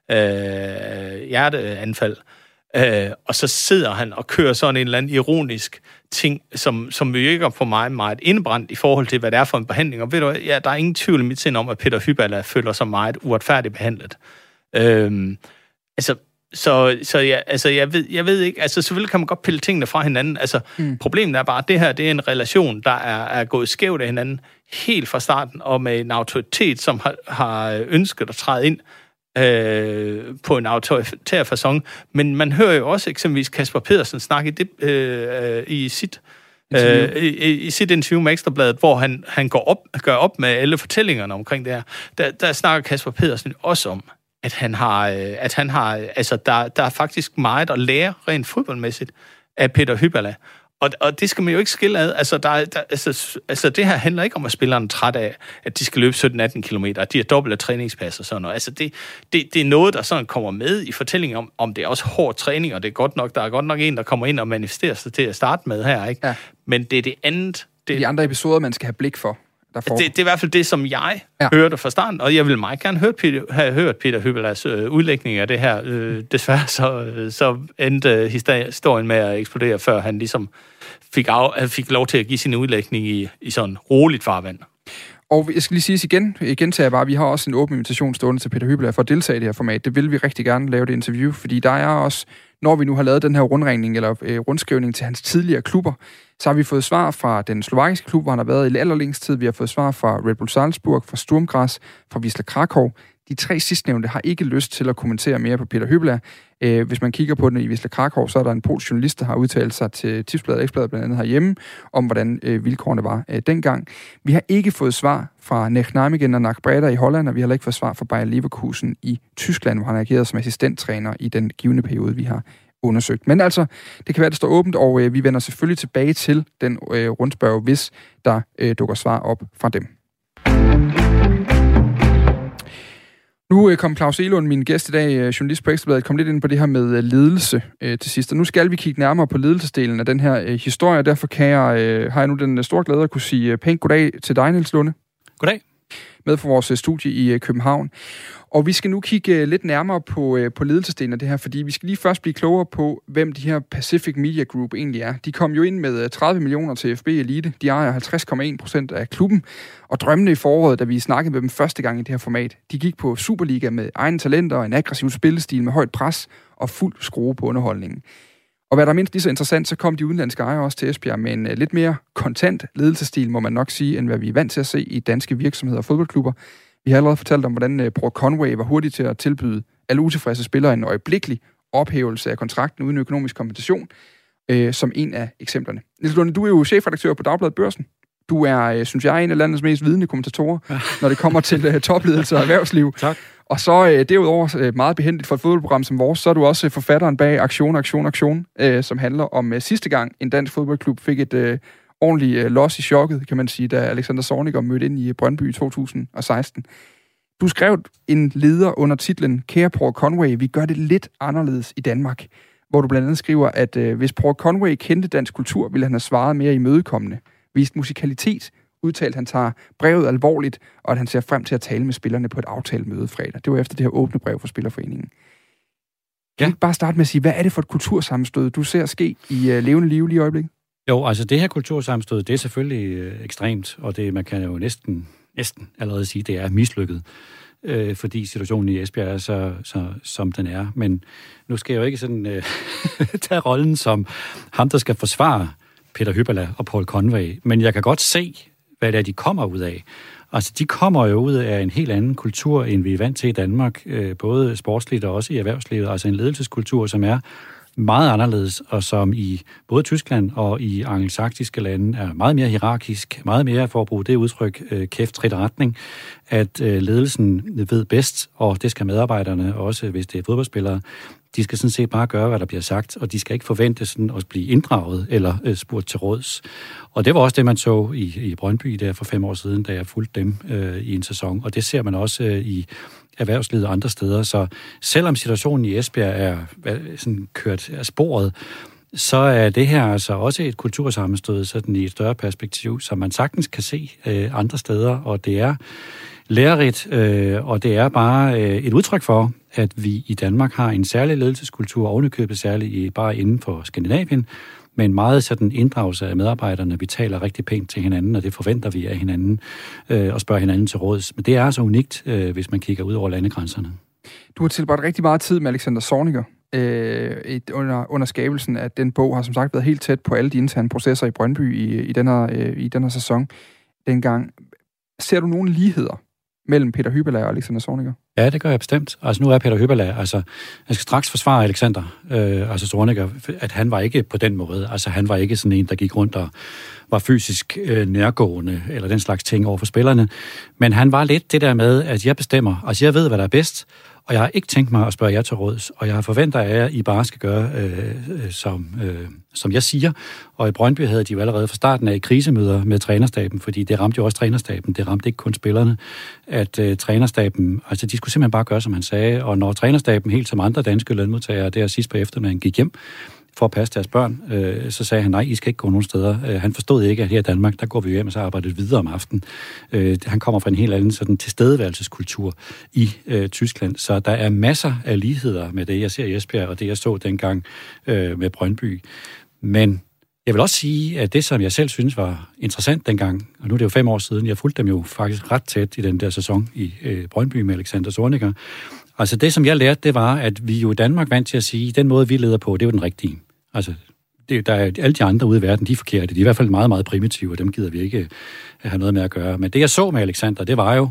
D: øh, hjerteanfald. Øh, og så sidder han og kører sådan en eller anden ironisk ting, som, som virker på mig meget indbrændt i forhold til, hvad det er for en behandling. Og ved du, ja, der er ingen tvivl i mit sind om, at Peter Hyballa føler sig meget uretfærdigt behandlet. Øh, altså, så, så ja, altså, jeg ved, jeg ved ikke, altså selvfølgelig kan man godt pille tingene fra hinanden. Altså, mm. problemet er bare, at det her, det er en relation, der er, er gået skævt af hinanden helt fra starten, og med en autoritet, som har, har ønsket at træde ind Øh, på en autoritær facon, men man hører jo også eksempelvis Kasper Pedersen snakke i, det, øh, i, sit, øh, i, i sit interview med Ekstrabladet, hvor han, han går op, gør op med alle fortællingerne omkring det her. Der, der snakker Kasper Pedersen også om, at han har, at han har altså der, der er faktisk meget at lære rent fodboldmæssigt af Peter Hyballa. Og, og det skal man jo ikke skille ad. Altså, der, der, altså, altså, det her handler ikke om, at spilleren er træt af, at de skal løbe sytten atten kilometer, at de har dobbelt af træningspas og sådan noget. Altså, det, det, det er noget, der sådan kommer med i fortællingen om, om det er også hård træning, og det er godt nok, der er godt nok en, der kommer ind og manifesterer sig til at starte med her, ikke? Ja. Men det er det andet. Det,
A: de andre episoder, man skal have blik for.
D: Det, det er i hvert fald det, som jeg ja. hørte fra starten, og jeg vil meget gerne høre Peter, have hørt Peter Hyballas øh, udlægning af det her. Øh, desværre så, øh, så endte historien med at eksplodere, før han ligesom fik, af, fik lov til at give sin udlægning i, i sådan roligt farvand.
A: Og jeg skal lige sige igen, igen tager jeg bare, vi har også en åben invitation stående til Peter Hyballa for at deltage i det her format. Det vil vi rigtig gerne lave det interview, fordi der er også, når vi nu har lavet den her rundringning eller øh, rundskrivning til hans tidligere klubber, så har vi fået svar fra den slovakiske klub, hvor han har været i allerlængst tid. Vi har fået svar fra Red Bull Salzburg, fra Sturm Graz, fra Wisla Krakow. De tre sidstnævnte har ikke lyst til at kommentere mere på Peter Hyballa. Øh, hvis man kigger på den i Wisla Krakow, så er der en polsk journalist, der har udtalt sig til Tipsbladet Ekstrabladet blandt andet herhjemme, om hvordan øh, vilkårene var øh, dengang. Vi har ikke fået svar fra Nech Nijmegen og Nac Breda i Holland, og vi har heller ikke fået svar fra Bayer Leverkusen i Tyskland, hvor han har ageret som assistenttræner i den givne periode, vi har undersøgt. Men altså, det kan være, det står åbent, og øh, vi vender selvfølgelig tilbage til den øh, rundspørg, hvis der øh, dukker svar op fra dem. Nu øh, kom Claus Elund, min gæst i dag, øh, journalist på Ekstrabladet, kom lidt ind på det her med øh, ledelse øh, til sidst. Og nu skal vi kigge nærmere på ledelsesdelen af den her øh, historie, og derfor kan jeg, øh, har jeg nu den store glæde at kunne sige øh, pænt goddag til dig, Niels Lunde.
G: Goddag. Med
A: for vores studie i øh, København. Og vi skal nu kigge lidt nærmere på, øh, på ledelsesdelen af det her, fordi vi skal lige først blive klogere på, hvem de her Pacific Media Group egentlig er. De kom jo ind med tredive millioner til F B Elite. De ejer halvtreds komma en procent af klubben. Og drømmene i foråret, da vi snakkede med dem første gang i det her format, de gik på Superliga med egne talenter og en aggressiv spillestil med højt pres og fuld skrue på underholdningen. Og hvad der er mindst lige så interessant, så kom de udenlandske ejere også til Esbjerg med en uh, lidt mere kontant ledelsesstil, må man nok sige, end hvad vi er vant til at se i danske virksomheder og fodboldklubber. Vi har allerede fortalt om, hvordan uh, Bror Conway var hurtig til at tilbyde alle utilfredse spillere en øjeblikkelig ophævelse af kontrakten uden økonomisk kompensation, uh, som en af eksemplerne. Niels Lunde, du er jo chefredaktør på Dagbladet Børsen. Du er, uh, synes jeg, en af landets mest vidende kommentatorer, ja. når det kommer til uh, topledelse og erhvervsliv.
G: Tak.
A: Og så øh, derudover øh, meget behendigt for et fodboldprogram som vores, så er du også øh, forfatteren bag Aktion, Aktion, Aktion, øh, som handler om øh, sidste gang en dansk fodboldklub fik et øh, ordentligt øh, los i chokket, kan man sige, da Alexander Zorniger mødte ind i Brøndby i to tusind og seksten. Du skrev en leder under titlen Kære Bror Conway, vi gør det lidt anderledes i Danmark, hvor du blandt andet skriver, at øh, hvis Bror Conway kendte dansk kultur, ville han have svaret mere imødekommende, vist musikalitet udtalt, at han tager brevet alvorligt, og at han ser frem til at tale med spillerne på et aftalt møde fredag. Det var efter det her åbne brev fra Spillerforeningen. Kan ja. du bare starte med at sige, hvad er det for et kultursammenstød, du ser ske i uh, levende liv lige i øjeblikket?
G: Jo, altså det her kultursammenstød, det er selvfølgelig øh, ekstremt, og det man kan jo næsten, næsten allerede sige, det er mislykket, øh, fordi situationen i Esbjerg er så, så, som den er. Men nu skal jeg jo ikke sådan øh, tage rollen som ham, der skal forsvare Peter Hyballa og Paul Conway, men jeg kan godt se, hvad det er, de kommer ud af. Altså, de kommer jo ud af en helt anden kultur, end vi er vant til i Danmark, øh, både sportsligt og også i erhvervslivet, altså en ledelseskultur, som er meget anderledes, og som i både Tyskland og i angelsaksiske lande er meget mere hierarkisk, meget mere, for at bruge det udtryk, øh, kæft trit retning, at øh, ledelsen ved bedst, og det skal medarbejderne også, hvis det er fodboldspillere, de skal sådan set bare gøre, hvad der bliver sagt, og de skal ikke forvente sådan at blive inddraget eller øh, spurgt til råds. Og det var også det, man så i, i Brøndby der for fem år siden, da jeg fulgte dem øh, i en sæson, og det ser man også øh, i erhvervslivet og andre steder. Så selvom situationen i Esbjerg er sådan kørt af sporet, så er det her altså også et kultursammenstød sådan i et større perspektiv, som man sagtens kan se øh, andre steder, og det er lærerigt, øh, og det er bare øh, et udtryk for, at vi i Danmark har en særlig ledelseskultur, ovenikøbet særligt i, bare inden for Skandinavien, med en meget sådan inddragelse af medarbejderne. Vi taler rigtig pænt til hinanden, og det forventer vi af hinanden, øh, og spørger hinanden til råds. Men det er altså unikt, øh, hvis man kigger ud over landegrænserne.
A: Du har tilbragt rigtig meget tid med Alexander Zorniger øh, et, under, under skabelsen af den bog, har som sagt været helt tæt på alle de interne processer i Brøndby i, i, den, her, øh, i den her sæson dengang. Ser du nogle ligheder mellem Peter Hyballa og Alexander Zorniger?
G: Ja, det gør jeg bestemt. Altså nu er Peter Hyballa, altså jeg skal straks forsvare Alexander, øh, altså Zorniger, at han var ikke på den måde. Altså han var ikke sådan en, der gik rundt og var fysisk øh, nærgående, eller den slags ting over for spillerne. Men han var lidt det der med, at jeg bestemmer, altså jeg ved, hvad der er bedst, og jeg har ikke tænkt mig at spørge jer til råds, og jeg forventer af jer, at I bare skal gøre, øh, øh, som, øh, som jeg siger. Og i Brøndby havde de jo allerede fra starten af krisemøder med trænerstaben, fordi det ramte jo også trænerstaben, det ramte ikke kun spillerne, at øh, trænerstaben, altså de skulle simpelthen bare gøre, som han sagde, og når trænerstaben, helt som andre danske lønmodtagere, der sidst på eftermiddagen gik hjem for at passe deres børn, øh, så sagde han, nej, I skal ikke gå nogen steder. Øh, han forstod ikke, at her i Danmark, der går vi hjem og så arbejder videre om aftenen. Øh, han kommer fra en helt anden sådan tilstedeværelseskultur i øh, Tyskland, så der er masser af ligheder med det, jeg ser i Esbjerg, og det, jeg så dengang øh, med Brøndby. Men jeg vil også sige, at det, som jeg selv synes var interessant dengang, og nu er det jo fem år siden, jeg fulgte dem jo faktisk ret tæt i den der sæson i øh, Brøndby med Alexander Zorniger. Altså det, som jeg lærte, det var, at vi jo i Danmark vant til at sige, at den måde, vi leder på, det er jo den rigtige. Altså, det, der er alle de andre ude i verden, de er forkerte. De er i hvert fald meget, meget primitive, og dem gider vi ikke have noget med at gøre. Men det, jeg så med Alexander, det var jo,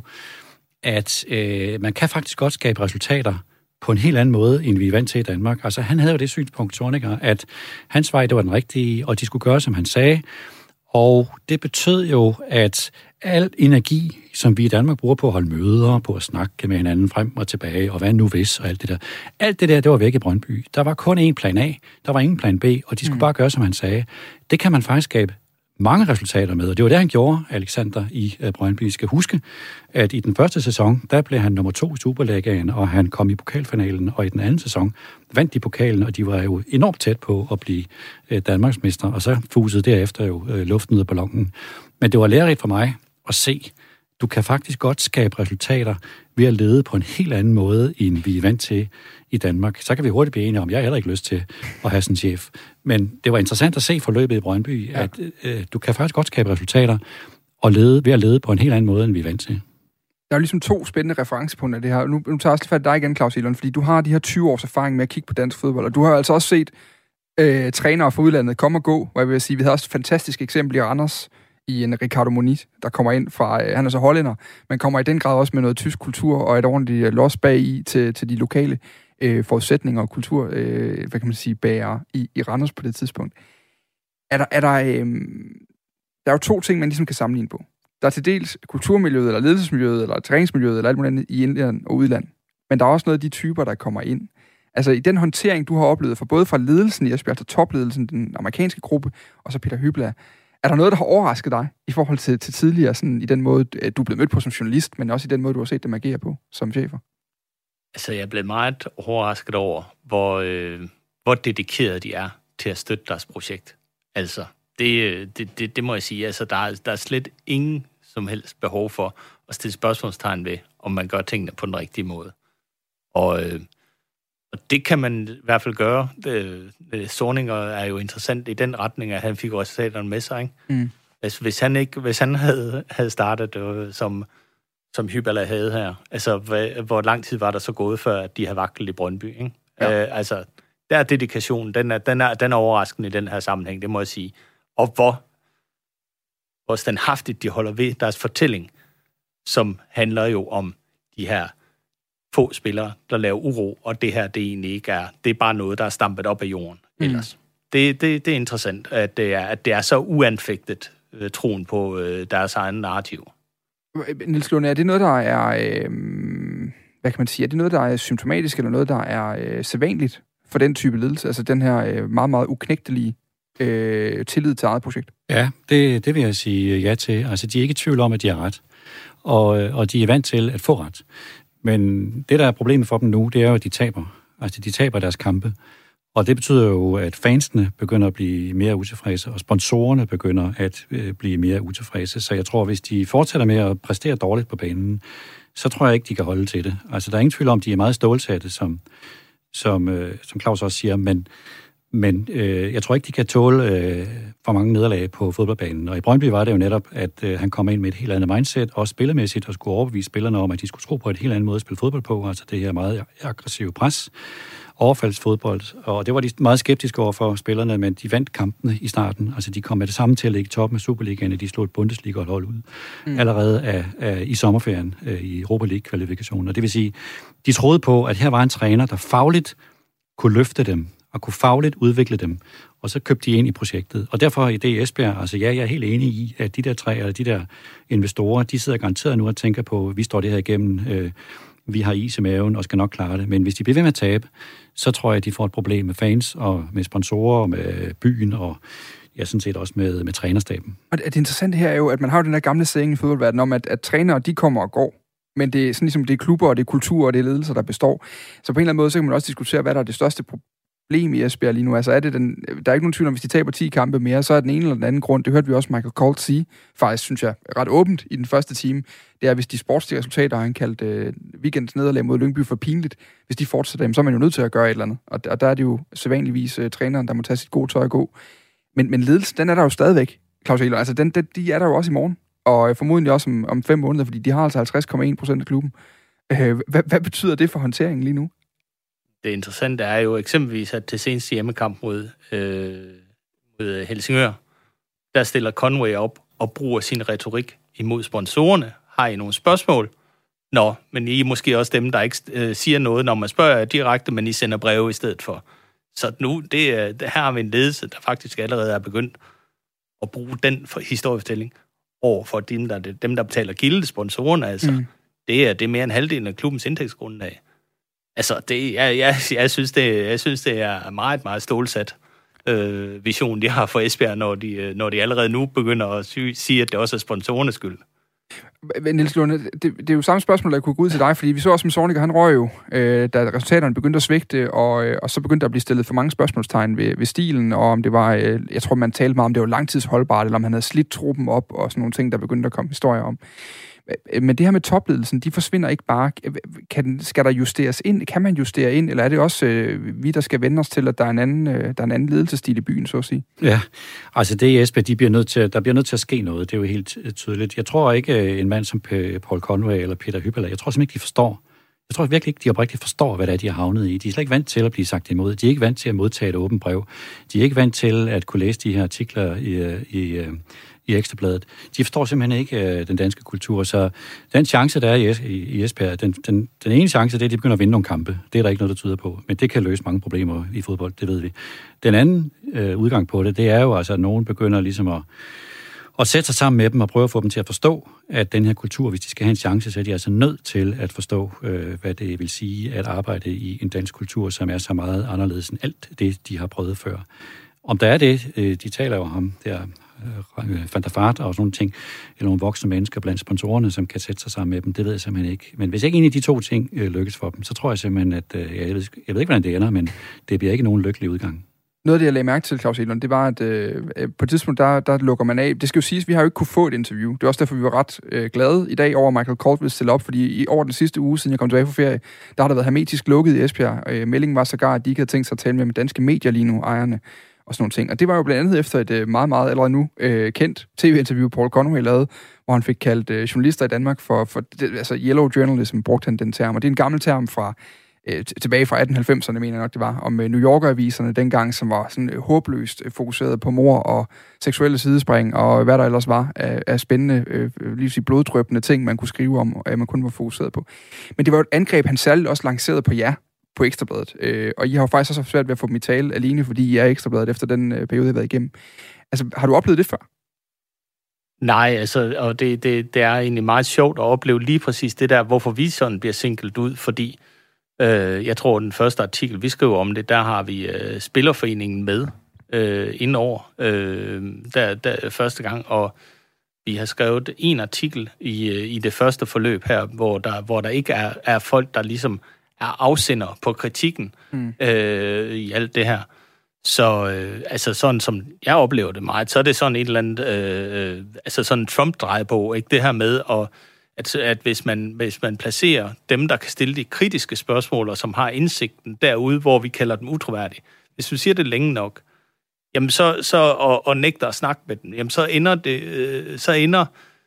G: at øh, man kan faktisk godt skabe resultater på en helt anden måde, end vi er vant til i Danmark. Altså, han havde jo det synspunkt, Zorniger, at hans vej, det var den rigtige, og de skulle gøre, som han sagde. Og det betød jo, at al energi, som vi i Danmark bruger på at holde møder, på at snakke med hinanden frem og tilbage, og hvad nu hvis, og alt det der. Alt det der, det var væk i Brøndby. Der var kun én plan A, der var ingen plan B, og de skulle mm. bare gøre, som han sagde. Det kan man faktisk skabe mange resultater med, og det var det, han gjorde, Alexander, i Brøndby. I skal huske, at i den første sæson, der blev han nummer to i Superligaen, og han kom i pokalfinalen, og i den anden sæson vandt de pokalen, og de var jo enormt tæt på at blive Danmarksmestre, og så fusede derefter jo luften ud af ballonen. Men det var lærerigt for mig at se, du kan faktisk godt skabe resultater ved at lede på en helt anden måde, end vi er vant til i Danmark. Så kan vi hurtigt blive enige om, jeg har heller ikke lyst til at have sådan en chef. Men det var interessant at se forløbet i Brøndby, ja. at øh, du kan faktisk godt skabe resultater og lede ved at lede på en helt anden måde, end vi er vant til.
A: Der er jo ligesom to spændende referencepunkter af det her. Nu, nu tager jeg også lidt fat dig igen, Claus Elund, fordi du har de her tyve års erfaring med at kigge på dansk fodbold, og du har altså også set øh, trænere fra udlandet komme og gå, hvor jeg vil sige, vi havde også et fantastisk eksempel i Randers, i en Ricardo Moniz, der kommer ind fra, øh, han er så hollænder, men kommer i den grad også med noget tysk kultur og et ordentligt øh, los bag i til, til de lokale øh, forudsætninger og kultur, øh, hvad kan man sige, bærer i, i Randers på det tidspunkt. Er der, er der, øh, der er jo to ting, man ligesom kan sammenligne på. Der er til dels kulturmiljøet, eller ledelsesmiljøet, eller træningsmiljøet, eller alt muligt andet i indland og udland. Men der er også noget af de typer, der kommer ind. Altså i den håndtering, du har oplevet, for både fra ledelsen i Esbjerg til topledelsen, den amerikanske gruppe, og så Peter Hyballa, er der noget, der har overrasket dig i forhold til, til tidligere, sådan i den måde, du er blevet mødt på som journalist, men også i den måde, du har set dem agere på som chefer?
D: Altså, jeg er blevet meget overrasket over, hvor, øh, hvor dedikeret de er til at støtte deres projekt. Altså, det, det, det, det må jeg sige. Altså, der er, der er slet ingen som helst behov for at stille spørgsmålstegn ved, om man gør tingene på den rigtige måde. Og, øh, og det kan man i hvert fald gøre. Det, det, Zorniger er jo interessant i den retning, at han fik resultaterne med sig, ikke? Mm. Altså, hvis han ikke, hvis han havde, havde startet øh, som, som Hyballa havde her, altså, hvad, hvor lang tid var der så gået, før at de havde vaklet i Brøndby, ikke? Ja. Øh, altså, der er dedikationen, den er, den, er, den er overraskende i den her sammenhæng, det må jeg sige. Og hvor, hvor standhaftigt de holder ved deres fortælling, som handler jo om de her få spillere, der laver uro, og det her, det egentlig ikke er, det er bare noget, der er stampet op af jorden ellers. Mm. Det, det, det er interessant, at det er, at det er så uanfægtet, øh, troen på øh, deres egen narrativ.
A: Niels Lunde, er det noget, der er, øh, hvad kan man sige, er det noget, der er symptomatisk, eller noget, der er øh, sædvanligt for den type ledelse? Altså den her øh, meget, meget uknægtelige øh, tillid til eget projekt?
G: Ja, det, det vil jeg sige ja til. Altså, de er ikke i tvivl om, at de har ret. Og, og de er vant til at få ret. Men det, der er problemet for dem nu, det er jo, at de taber. Altså, de taber deres kampe. Og det betyder jo, at fansene begynder at blive mere utilfredse, og sponsorerne begynder at øh, blive mere utilfredse. Så jeg tror, hvis de fortsætter med at præstere dårligt på banen, så tror jeg ikke, de kan holde til det. Altså, der er ingen tvivl om, de er meget stålsatte, som, som, øh, som Claus også siger, men, men øh, jeg tror ikke, de kan tåle øh, for mange nederlag på fodboldbanen. Og i Brøndby var det jo netop, at øh, han kom ind med et helt andet mindset, også spillemæssigt, og skulle overbevise spillerne om, at de skulle tro på et helt andet måde at spille fodbold på, altså det her meget aggressive pres, overfaldsfodbold, og det var de meget skeptiske over for spillerne, men de vandt kampene i starten. Altså, de kom med det samme til at ligge top med Superligaen, de slog et Bundesliga-hold ud mm. allerede af, af, i sommerferien øh, i Europa League-kvalifikationen. Og det vil sige, de troede på, at her var en træner, der fagligt kunne løfte dem, og kunne fagligt udvikle dem, og så købte de ind i projektet. Og derfor i det Esbjerg, altså ja, jeg er helt enig i, at de der tre, eller de der investorer, de sidder garanteret nu og tænker på, at vi står det her igennem, øh, vi har is i maven og skal nok klare det. Men hvis de bliver ved med at tabe, så tror jeg, at de får et problem med fans og med sponsorer og med byen og ja, sådan set også med, med trænerstaben. Og
A: det interessante her er jo, at man har jo den der gamle saying i fodboldverdenen om, at, at trænere, de kommer og går. Men det er sådan ligesom, det er klubber, og det er kultur, og det er ledelser, der består. Så på en eller anden måde, så kan man også diskutere, hvad der er det største problem i Esbjerg lige nu. Altså er det den, der er ikke nogen tvivl om, hvis de taber ti kampe mere, så er den ene eller den anden grund, det hørte vi også Michael Colt sige, faktisk synes jeg ret åbent i den første time, det er, hvis de sportslige resultater, han kaldt øh, weekendens nederlag mod Lyngby for pinligt, hvis de fortsætter dem, så er man jo nødt til at gøre et eller andet. Og, og der er det jo sædvanligvis øh, træneren, der må tage sit gode tøj og gå. Men, men ledelsen, den er der jo stadigvæk, Claus Ehler. Altså den, den, de er der jo også i morgen, og formodentlig også om, om fem måneder, fordi de har altså halvtreds komma en procent af klubben. Øh, hvad, hvad betyder det for håndteringen lige nu?
D: Det interessante er jo eksempelvis, at til seneste hjemmekamp mod, øh, mod Helsingør, der stiller Conway op og bruger sin retorik imod sponsorerne. Har I nogle spørgsmål? Nå, men I er måske også dem, der ikke øh, siger noget, når man spørger direkte, men I sender breve i stedet for. Så nu, det er, det her har vi en ledelse, der faktisk allerede er begyndt at bruge den for historiefortælling over for dem, der, dem, der betaler gilde, sponsorerne. Altså, mm. det, er, det er mere end halvdelen af klubbens indtægtsgrundlag. Altså, det, jeg, jeg, jeg, synes, det, jeg synes, det er meget, meget stålsat øh, vision, de har for Esbjerg, når de, når de allerede nu begynder at sige, at det også er sponsorernes skyld.
A: Niels Lunde, det, det er jo samme spørgsmål, der kunne gå ud til dig, fordi vi så også med Zorniger, han røg jo, øh, da resultaterne begyndte at svigte, og, øh, og så begyndte der at blive stillet for mange spørgsmålstegn ved, ved stilen, og om det var, øh, jeg tror, man talte meget om, det var langtidsholdbart, eller om han havde slidt truppen op, og sådan nogle ting, der begyndte at komme historier om. Men det her med topledelsen, de forsvinder ikke bare. Kan, skal der justeres ind? Kan man justere ind? Eller er det også øh, vi, der skal vende os til, at der er en anden, øh, der er en anden ledelsesstil i byen, så at sige?
G: Ja, altså det i Esbjerg, de bliver nødt til, der bliver nødt til at ske noget. Det er jo helt tydeligt. Jeg tror ikke, en mand som Paul Conway eller Peter Hyballa, jeg tror simpelthen ikke, de forstår. Jeg tror virkelig ikke, de oprigtigt forstår, hvad det er, de har havnet i. De er slet ikke vant til at blive sagt imod. De er ikke vant til at modtage et åbent brev. De er ikke vant til at kunne læse de her artikler i, i, i Ekstrabladet. De forstår simpelthen ikke uh, den danske kultur. Så den chance, der er i, i, i Esbjerg, den, den, den ene chance, det er, at de begynder at vinde nogle kampe. Det er der ikke noget, der tyder på. Men det kan løse mange problemer i fodbold, det ved vi. Den anden uh, udgang på det, det er jo altså, at nogen begynder ligesom at og sætte sig sammen med dem og prøve at få dem til at forstå, at den her kultur, hvis de skal have en chance, så er de altså nødt til at forstå, øh, hvad det vil sige at arbejde i en dansk kultur, som er så meget anderledes end alt det, de har prøvet før. Om der er det, øh, de taler jo om, der øh, Van der Vaart og sådan nogle ting, eller nogle voksne mennesker blandt sponsorerne, som kan sætte sig sammen med dem, det ved jeg simpelthen ikke. Men hvis ikke en af de to ting øh, lykkes for dem, så tror jeg simpelthen, at øh, jeg, ved, jeg ved ikke, hvordan det ender, men det bliver ikke nogen lykkelig udgang.
A: Noget af det, jeg lagde mærke til, Claus Elund, det var, at øh, på et tidspunkt, der, der lukker man af. Det skal jo siges, vi har jo ikke kunne få et interview. Det er også derfor, vi var ret øh, glade i dag over, at Michael Kolt ville stille op, fordi i over den sidste uge, siden jeg kom tilbage fra ferie, der har der været hermetisk lukket i Esbjerg. Øh, meldingen var sågar, at de ikke havde tænkt sig at tale med, med danske medier lige nu, ejerne og sådan nogle ting. Og det var jo blandt andet efter et øh, meget, meget allerede nu øh, kendt tv-interview, Paul Conway lavede, hvor han fik kaldt øh, journalister i Danmark for, for det, altså yellow journalism, brugte han den term. Og det er en gammel term fra tilbage fra atten halvfemserne, mener jeg nok, det var, om New Yorker-aviserne dengang, som var sådan håbløst fokuseret på mor og seksuelle sidespring, og hvad der ellers var af, af spændende, øh, lige sige bloddrøbende ting, man kunne skrive om, og man kun var fokuseret på. Men det var et angreb, han særligt også lancerede på jer, på Ekstrabladet. Øh, og I har jo faktisk også svært ved at få dem i tale alene, fordi I er Ekstrabladet efter den øh, periode, I har været igennem. Altså, har du oplevet det før?
D: Nej, altså, og det, det, det er egentlig meget sjovt at opleve lige præcis det der, hvorfor vi sådan bliver singlet ud, fordi øh, jeg tror, den første artikel, vi skriver om det, der har vi øh, Spillerforeningen med øh, indover øh, der, der første gang, og vi har skrevet en artikel i, i det første forløb her, hvor der, hvor der ikke er, er folk, der ligesom er afsender på kritikken mm. øh, i alt det her. Så øh, altså sådan som jeg oplever det meget, så er det sådan et eller andet, øh, altså sådan en Trump-drejebog, ikke det her med, at, at, at hvis, man, hvis man placerer dem, der kan stille de kritiske spørgsmål, og som har indsigten derude, hvor vi kalder dem utroværdige, hvis vi siger det længe nok, jamen så, så og, og nægter at snakke med dem, jamen så ender det, øh, så ender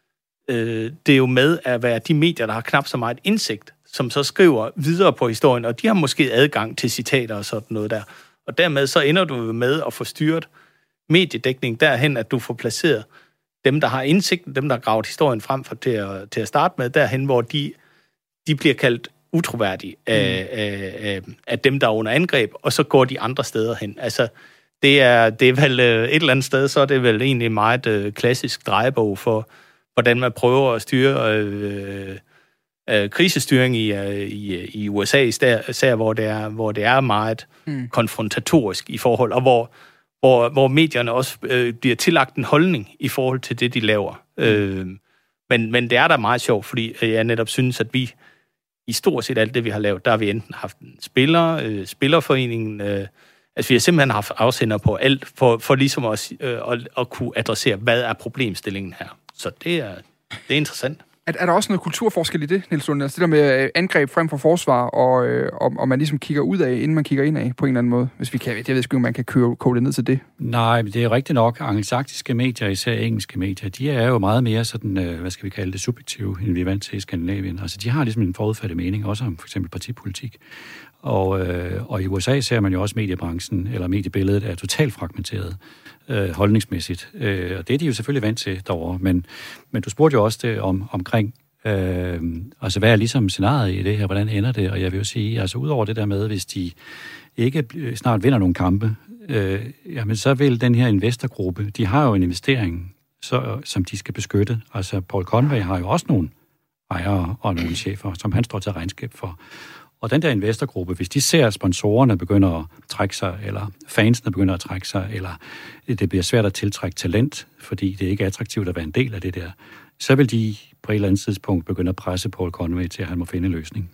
D: øh, det jo med at være de medier, der har knap så meget indsigt, som så skriver videre på historien, og de har måske adgang til citater og sådan noget der. Og dermed så ender du med at få styret mediedækning derhen, at du får placeret dem, der har indsigten, dem, der har gravet historien frem for til at, til at starte med, derhen, hvor de, de bliver kaldt utroværdige af, mm. af, af, af dem, der er under angreb, og så går de andre steder hen. Altså, det er, det er vel et eller andet sted, så er det vel egentlig meget øh, klassisk drejebog for, hvordan man prøver at styre øh, øh, krisestyring i, i, i U S A, især hvor det er, hvor det er meget mm. konfrontatorisk i forhold, og hvor, hvor, hvor medierne også øh, bliver tillagt en holdning i forhold til det, de laver. Mm. Øh, men, men det er da meget sjovt, fordi jeg netop synes, at vi i stort set alt det, vi har lavet, der har vi enten haft en spiller, øh, spillerforeningen, øh, altså vi har simpelthen haft afsender på alt, for, for ligesom at, øh, at, at kunne adressere, hvad er problemstillingen her. Så det er, det er interessant.
A: Er, er der også noget kulturforskel i det, Niels Lund? Altså det der med angreb frem for forsvar, og, øh, og, og man ligesom kigger ud af, inden man kigger ind af, på en eller anden måde? Hvis vi kan, jeg ved ikke, om man kan kode det ned til det. Nej,
G: men det er rigtigt nok. Angelsaksiske medier, især engelske medier, de er jo meget mere sådan, øh, hvad skal vi kalde det, subjektive, end vi er vant til i Skandinavien. Altså de har ligesom en forudfattet mening, også om for eksempel partipolitik. Og, øh, og i U S A ser man jo også mediebranchen, eller mediebilledet er totalt fragmenteret øh, holdningsmæssigt. Øh, og det er de jo selvfølgelig vant til derovre. Men, men du spurgte jo også det om, omkring, øh, altså hvad er ligesom scenariet i det her, hvordan ender det? Og jeg vil jo sige, altså udover det der med, hvis de ikke snart vinder nogle kampe, øh, jamen så vil den her investorgruppe, de har jo en investering, så, som de skal beskytte. Altså Paul Conway har jo også nogle ejere og nogle chefer, som han står til regnskab for. Og den der investorgruppe, hvis de ser, at sponsorerne begynder at trække sig, eller fansene begynder at trække sig, eller det bliver svært at tiltrække talent, fordi det ikke er attraktivt at være en del af det der, så vil de på et eller andet tidspunkt begynde at presse Paul Conway til, at han må finde en løsning.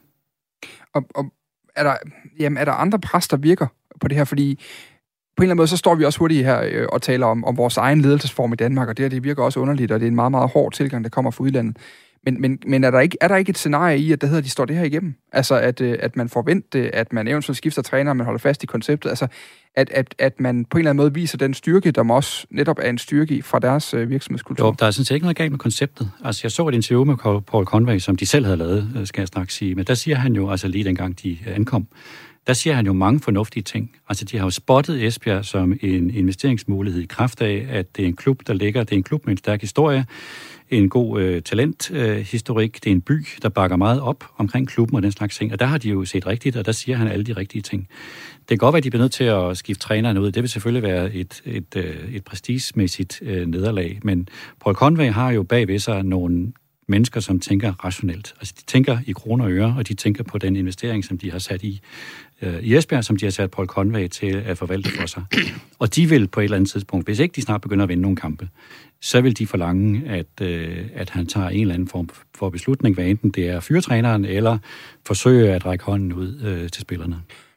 G: Og, og er, der, jamen, er der andre pres, der virker på det her? Fordi på en eller anden måde, så står vi også hurtigt her øh, og taler om, om vores egen ledelsesform i Danmark, og det her, det virker også underligt, og det er en meget, meget hård tilgang, der kommer fra udlandet. Men, men, men er, der ikke, er der ikke et scenarie i, at det hedder, at de står det her igennem? Altså, at, at man forventer, at man eventuelt skifter træner, og man holder fast i konceptet. Altså, at, at, at man på en eller anden måde viser den styrke, der også netop er en styrke fra deres øh, virksomhedskultur. Jo, der er sådan set ikke noget galt med konceptet. Altså, jeg så et interview med Paul Conway, som de selv havde lavet, skal jeg straks sige. Men der siger han jo, altså lige dengang de ankom, der siger han jo mange fornuftige ting. Altså, de har jo spottet Esbjerg som en investeringsmulighed i kraft af, at det er en klub, der ligger, det er en klub med en stærk historie, en god øh, talenthistorik, øh, det er en by, der bakker meget op omkring klubben og den slags ting, og der har de jo set rigtigt, og der siger han alle de rigtige ting. Det kan godt være, at de bliver nødt til at skifte træneren ud, det vil selvfølgelig være et, et, et, et prestigemæssigt øh, nederlag, men Paul Conway har jo bagved sig nogle mennesker, som tænker rationelt. Altså, de tænker i kroner og øre, og de tænker på den investering, som de har sat i øh, i Esbjerg, som de har sat Paul Conway til at forvalte for sig. Og de vil på et eller andet tidspunkt, hvis ikke de snart begynder at vinde nogle kampe, så vil de forlange, at, øh, at han tager en eller anden form for beslutning, hvad enten det er fyretræneren, eller forsøge at række hånden ud øh, til spillerne.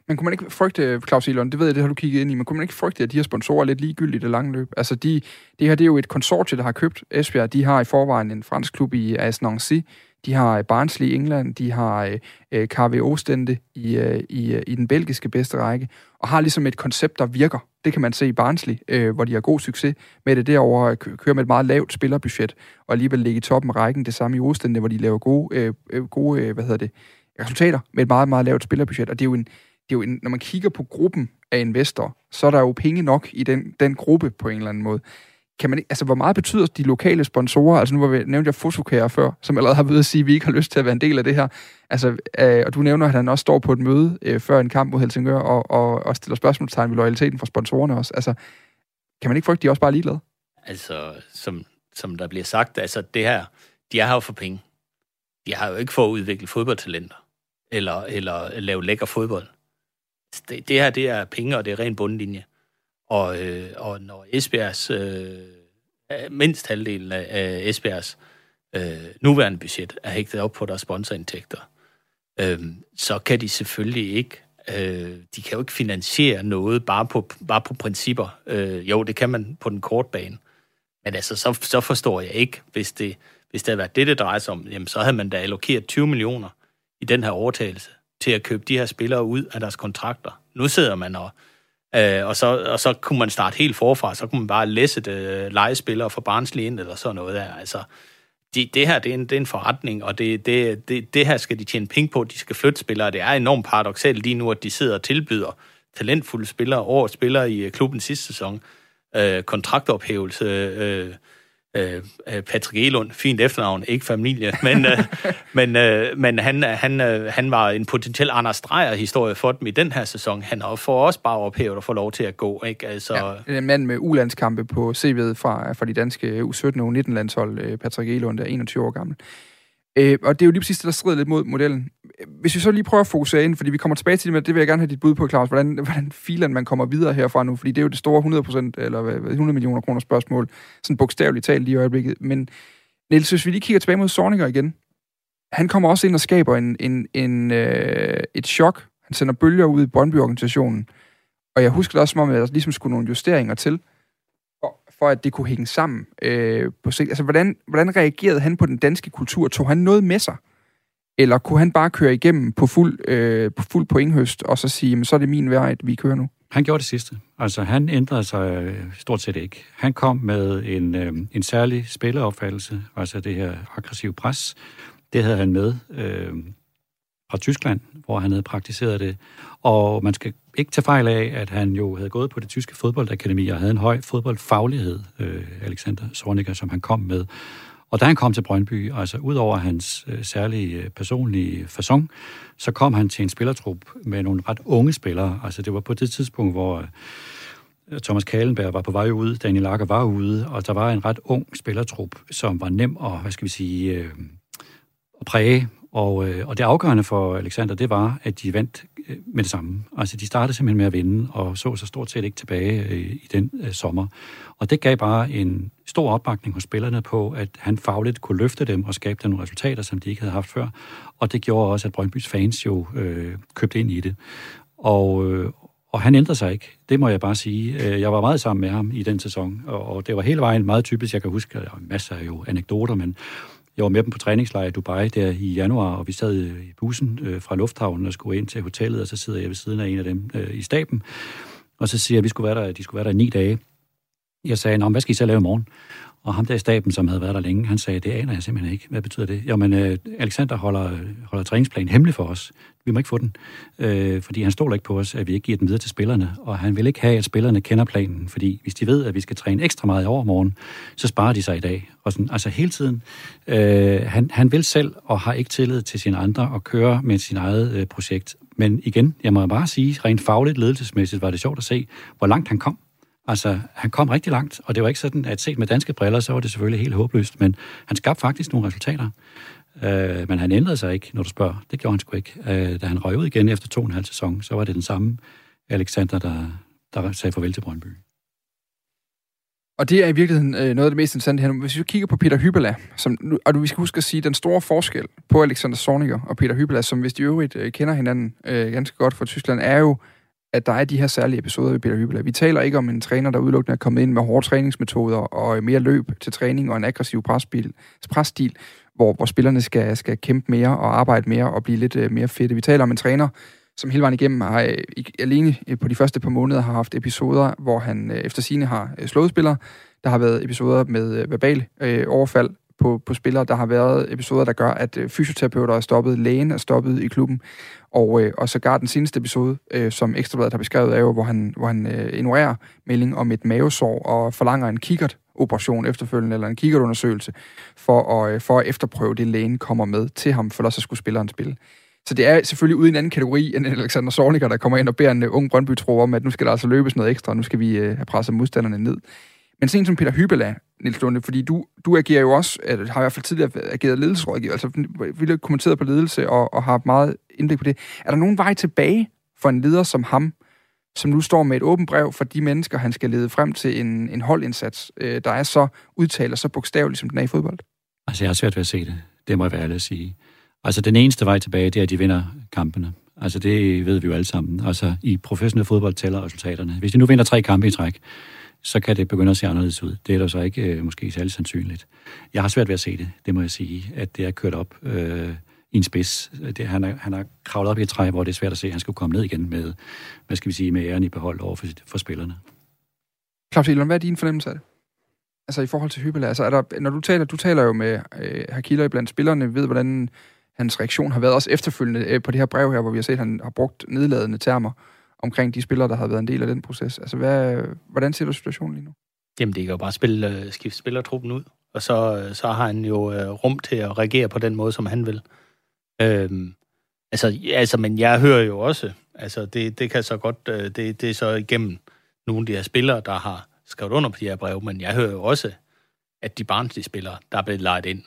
A: Men kunne man ikke frygte, Claus Elund, det ved jeg, det har du kigget ind i, men kunne man ikke frygte, at de her sponsorer er lidt ligegyldige i det lange løb? Altså, de, det her det er jo et konsortie, der har købt Esbjerg. De har i forvejen en fransk klub i A S Nancy. De har Barnsley i England. De har øh, K V Ostende i, øh, i, øh, i den belgiske bedste række. Og har ligesom et koncept, der virker. Det kan man se i Barnsley, øh, hvor de har god succes med det derovre, kører med et meget lavt spillerbudget, og alligevel ligge i toppen af rækken. Det samme i Ostende, hvor de laver gode, øh, gode øh, hvad hedder det, resultater med et meget, meget lavt spillerbudget. Og det er jo en Det er jo en, når man kigger på gruppen af investorer, så er der jo penge nok i den, den gruppe på en eller anden måde. Kan man, altså, hvor meget betyder de lokale sponsorer? Altså, nu var vi, nævnte jeg Fotokær før, som allerede har ved at sige, at vi ikke har lyst til at være en del af det her. Altså, øh, og du nævner, at han også står på et møde øh, før en kamp mod Helsingør og, og, og stiller spørgsmålstegn ved loyaliteten fra sponsorerne også. Altså, kan man ikke frygte, de er også bare ligeglade?
D: Altså, som, som der bliver sagt, altså det her, de er her jo for penge. De har jo ikke for at udvikle fodboldtalenter, eller, eller lave lækker fodbold. Det, det her, det er penge, og det er ren bundlinje. Og, øh, og når Esbjergs, øh, mindst halvdelen af, af Esbjergs øh, nuværende budget er hægtet op på deres sponsorindtægter, øh, så kan de selvfølgelig ikke, øh, de kan jo ikke finansiere noget bare på, bare på principper. Øh, jo, det kan man på den korte bane. Men altså, så, så forstår jeg ikke, hvis det, hvis det havde været det, det drejer sig om, jamen, så havde man da allokeret tyve millioner i den her overtagelse til at købe de her spillere ud af deres kontrakter. Nu sidder man og, øh, og, så, og så kunne man starte helt forfra, så kunne man bare læse det, øh, legespillere fra Barnsley ind, eller sådan noget der. Altså, de, det her, det er, en, det er en forretning, og det, det, det, det her skal de tjene penge på, de skal flytte spillere. Det er enormt paradoksalt lige nu, at de sidder og tilbyder talentfulde spillere, årets spillere i klubben sidste sæson, øh, kontraktophævelse, øh, Øh, Patrick Elund, fint efternavn, ikke familie, men, øh, men, øh, men han, han, øh, han var en potentiel Anders Dreyer-historie for dem i den her sæson. Han har for også bare ophævet og få lov til at gå. Ikke? Altså,
A: ja, det er en mand med U-landskampe på C V'et fra, fra de danske U sytten og U nitten-landshold, Patrick Elund, der er enogtyve år gammel. Øh, og det er jo lige præcis det, der strider lidt mod modellen. Hvis vi så lige prøver at fokusere ind, fordi vi kommer tilbage til det, men det vil jeg gerne have dit bud på, Claus, hvordan, hvordan filen man kommer videre herfra nu, fordi det er jo det store hundrede procent eller hundrede millioner kroner spørgsmål, sådan bogstaveligt talt lige i øjeblikket. Men Niels, hvis vi lige kigger tilbage mod Zorniger igen, han kommer også ind og skaber en, en, en, øh, et chok. Han sender bølger ud i Brøndby-organisationen, og jeg husker det også som om, at der ligesom skulle nogle justeringer til, for at det kunne hænge sammen øh, på sigt. Altså, hvordan, hvordan reagerede han på den danske kultur? Tog han noget med sig? Eller kunne han bare køre igennem på fuld, øh, på fuld pointhøst, og så sige, men så er det min vej, at vi kører nu?
G: Han gjorde det sidste. Altså, han ændrede sig stort set ikke. Han kom med en, øh, en særlig spilleropfattelse, altså det her aggressive pres. Det havde han med øh, fra Tyskland, hvor han havde praktiseret det. Og man skal ikke tage fejl af, at han jo havde gået på det tyske fodboldakademi og havde en høj fodboldfaglighed, øh, Alexander Zorniger, som han kom med. Og da han kom til Brøndby, altså ud over hans øh, særlige personlige facon, så kom han til en spillertrup med nogle ret unge spillere. Altså det var på det tidspunkt, hvor øh, Thomas Kahlenberg var på vej ud, Daniel Akker var ude, og der var en ret ung spillertrup, som var nem at, hvad skal vi sige, øh, at præge. Og, øh, og det afgørende for Alexander, det var, at de vandt øh, med det samme. Altså, de startede simpelthen med at vinde, og så så stort set ikke tilbage øh, i den øh, sommer. Og det gav bare en stor opbakning hos spillerne på, at han fagligt kunne løfte dem og skabe dem nogle resultater, som de ikke havde haft før. Og det gjorde også, at Brøndbys fans jo øh, købte ind i det. Og, øh, og han ændrede sig ikke. Det må jeg bare sige. Jeg var meget sammen med ham i den sæson, og det var hele vejen meget typisk. Jeg kan huske, der var masser af jo anekdoter, men jeg var med dem på træningslejr i Dubai der i januar, og vi sad i bussen øh, fra lufthavnen og skulle ind til hotellet, og så sidder jeg ved siden af en af dem øh, i staben, og så siger jeg, at vi skulle være der, de skulle være der i ni dage. Jeg sagde, nå, hvad skal I så lave i morgen? Og ham der i staben, som havde været der længe, han sagde, det aner jeg simpelthen ikke. Hvad betyder det? Jamen, øh, Alexander holder, holder træningsplanen hemmelig for os. Vi må ikke få den, øh, fordi han stoler ikke på os, at vi ikke giver den videre til spillerne. Og han vil ikke have, at spillerne kender planen, fordi hvis de ved, at vi skal træne ekstra meget i overmorgen, så sparer de sig i dag. Og sådan, altså hele tiden. Øh, han, han vil selv og har ikke tillid til sine andre og kører med sin eget øh, projekt. Men igen, jeg må bare sige, rent fagligt, ledelsesmæssigt var det sjovt at se, hvor langt han kom. Altså, han kom rigtig langt, og det var ikke sådan, at set med danske briller, så var det selvfølgelig helt håbløst, men han skabte faktisk nogle resultater. Øh, men han ændrede sig ikke, når du spørger. Det gjorde han sgu ikke. Øh, da han røg ud igen efter to og en halv sæson, så var det den samme Alexander, der, der sagde farvel til Brøndby.
A: Og det er i virkeligheden øh, noget af det mest interessante her. Hvis vi kigger på Peter Hyballa, som, og vi skal huske at sige, den store forskel på Alexander Zorniger og Peter Hyballa, som hvis de øvrigt øh, kender hinanden øh, ganske godt fra Tyskland, er jo, at der er de her særlige episoder ved Peter Hyballa. Vi taler ikke om en træner, der udelukkende er kommet ind med hårde træningsmetoder og mere løb til træning og en aggressiv pressbil, pressstil, hvor, hvor spillerne skal, skal kæmpe mere og arbejde mere og blive lidt øh, mere fedte. Vi taler om en træner, som hele vejen igennem har øh, alene øh, på de første par måneder har haft episoder, hvor han øh, efter sigende har øh, slået spillere. Der har været episoder med øh, verbal øh, overfald på, på spillere. Der har været episoder, der gør, at øh, fysioterapeuter er stoppet, lægen er stoppet i klubben. Og, øh, og sågar den seneste episode, øh, som Ekstrabladet har beskrevet, er jo, hvor han, hvor han øh, ignorerer melding om et mavesår og forlanger en kikkert-operation efterfølgende, eller en kikkertundersøgelse, for at, øh, for at efterprøve det, lægen kommer med til ham, for ellers så skulle spilleren spille. Så det er selvfølgelig ude i en anden kategori end Alexander Zorniger, der kommer ind og beder en uh, ung Brøndby-tro om, at nu skal der altså løbes noget ekstra, nu skal vi uh, have presset modstanderne ned. Men sådan som Peter Hyballa, Niels Lunde, fordi du, du agerer jo også, eller har i hvert fald tidligere ageret ledelsesrådgiver, altså vi har kommenteret på ledelse og, og har meget indblik på det. Er der nogen vej tilbage for en leder som ham, som nu står med et åbent brev for de mennesker, han skal lede frem til en, en holdindsats, øh, der er så udtalt og så bogstaveligt, som den er i fodbold?
G: Altså, jeg har svært ved at se det. Det må jeg være ærlig at sige. Altså, den eneste vej tilbage, det er, at de vinder kampene. Altså, det ved vi jo alle sammen. Altså, i professionel fodbold tæller resultaterne. Hvis de nu vinder tre kampe i træk, så kan det begynde at se anderledes ud. Det er da så ikke øh, måske særlig sandsynligt. Jeg har svært ved at se det, det må jeg sige, at det er kørt op øh, i en spids. Det, han, er, han har kravlet op i et træ, hvor det er svært at se, at han skal komme ned igen med, hvad skal vi sige, med æren i behold over for, for spillerne.
A: Claus Elon, hvad er din fornemmelse af det? Altså, i forhold til Hyballa, altså, er der, når du taler, du taler jo med øh, Hakila blandt spillerne, ved, hvordan hans reaktion har været også efterfølgende øh, på det her brev her, hvor vi har set, at han har brugt nedladende termer omkring de spillere, der har været en del af den proces. Altså, hvad, hvordan ser du situationen lige nu?
D: Jamen, det kan jo bare spille, uh, skifte spillertruppen ud, og så, så har han jo uh, rum til at reagere på den måde, som han vil. Øhm, altså, altså, men jeg hører jo også, altså, det, det kan så godt, uh, det, det er så igennem nogle af de her spillere, der har skrevet under på de her breve, men jeg hører jo også, at de barnslige spillere, der er blevet lejet ind,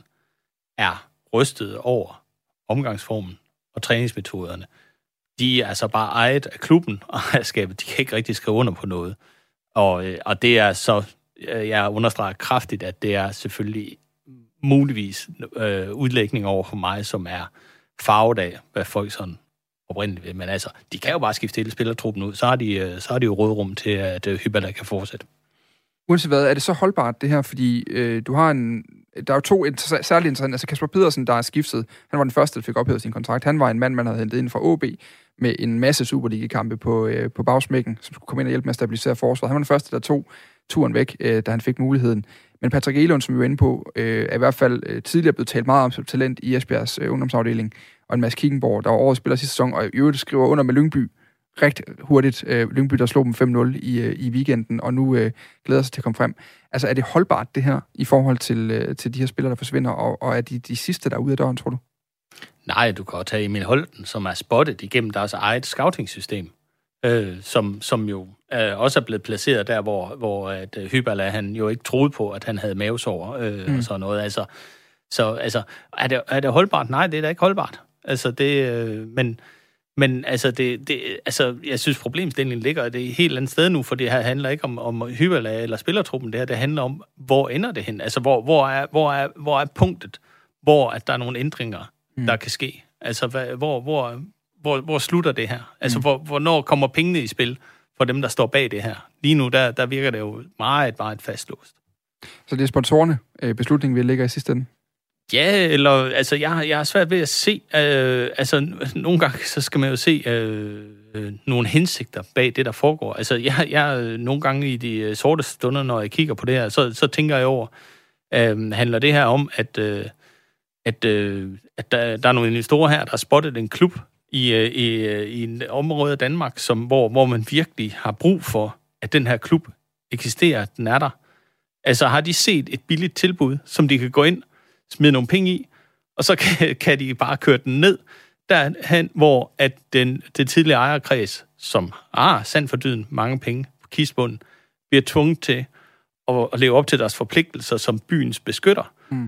D: er rystet over omgangsformen og træningsmetoderne. De er altså bare ejet af klubben og ejerskabet. De kan ikke rigtig skrive under på noget. Og, og det er så, jeg understreger kraftigt, at det er selvfølgelig muligvis øh, udlægning over for mig, som er farvet af, hvad folk sådan oprindeligt vil. Men altså, de kan jo bare skifte hele spillertruppen ud. Så har de, så har de jo rådrum til, at Hyballa kan fortsætte.
A: Uanset hvad, er det så holdbart det her? Fordi øh, du har en... Der er jo to inter- særligt interessante. Altså Kasper Pedersen, der er skiftet. Han var den første, der fik ophævet sin kontrakt. Han var en mand, man havde hentet ind fra O B med en masse Superliga-kampe på, øh, på bagsmækken, som skulle komme ind og hjælpe med at stabilisere forsvaret. Han var den første, der tog turen væk, øh, da han fik muligheden. Men Patrick Elund, som vi var inde på, øh, er i hvert fald øh, tidligere blevet talt meget om som talent i Esbjergs øh, ungdomsafdeling. Og en Mads Kickenborg, der var årets spiller sidste sæson, og i øvrigt skriver under med Lyngby rigtig hurtigt. Øh, Lyngby, der slog dem fem nul i, øh, i weekenden, og nu øh, glæder sig til at komme frem. Altså, er det holdbart, det her, i forhold til, øh, til de her spillere, der forsvinder, og, og er de de sidste, der er ude af døren, tror du?
D: Nej, du kan jo tage Emil Holten, som er spottet igennem deres eget scouting-system, øh, som, som jo øh, også er blevet placeret der, hvor, hvor at, øh, Hyballa, han jo ikke troede på, at han havde mavesår øh, mm. og sådan noget. Altså, så altså, er det, er det holdbart? Nej, det er da ikke holdbart. Altså, det, øh, men... Men altså, det, det, altså, jeg synes, problemstillingen ligger det et helt andet sted nu, for det her handler ikke om, om Hyballa eller spillertruppen. Det her, det handler om, hvor ender det hen? Altså, hvor, hvor, er, hvor, er, hvor er punktet, hvor at der er nogle ændringer, mm. der kan ske? Altså, hvad, hvor, hvor, hvor, hvor slutter det her? Altså, mm. hvor, hvornår kommer pengene i spil for dem, der står bag det her? Lige nu, der, der virker det jo meget, meget fastlåst.
A: Så det er sponsorerne, beslutningen, vi lægger i sidste ende?
D: Ja, eller altså, jeg, jeg har svært ved at se, øh, altså nogle gange, så skal man jo se øh, øh, nogle hensigter bag det, der foregår. Altså, jeg, jeg nogle gange i de sorte stunder, når jeg kigger på det her, så, så tænker jeg over, øh, handler det her om, at, øh, at, øh, at der, der er nogle investorer her, der har spottet en klub i, øh, i, i en område af Danmark, som, hvor, hvor man virkelig har brug for, at den her klub eksisterer, at den er der. Altså, har de set et billigt tilbud, som de kan gå ind, smide nogle penge i, og så kan, kan de bare køre den ned, derhen, hvor at den, det tidligere ejerkreds, som ah, sandt for dyden mange penge på kistbunden, bliver tvunget til at, at leve op til deres forpligtelser som byens beskytter. Mm.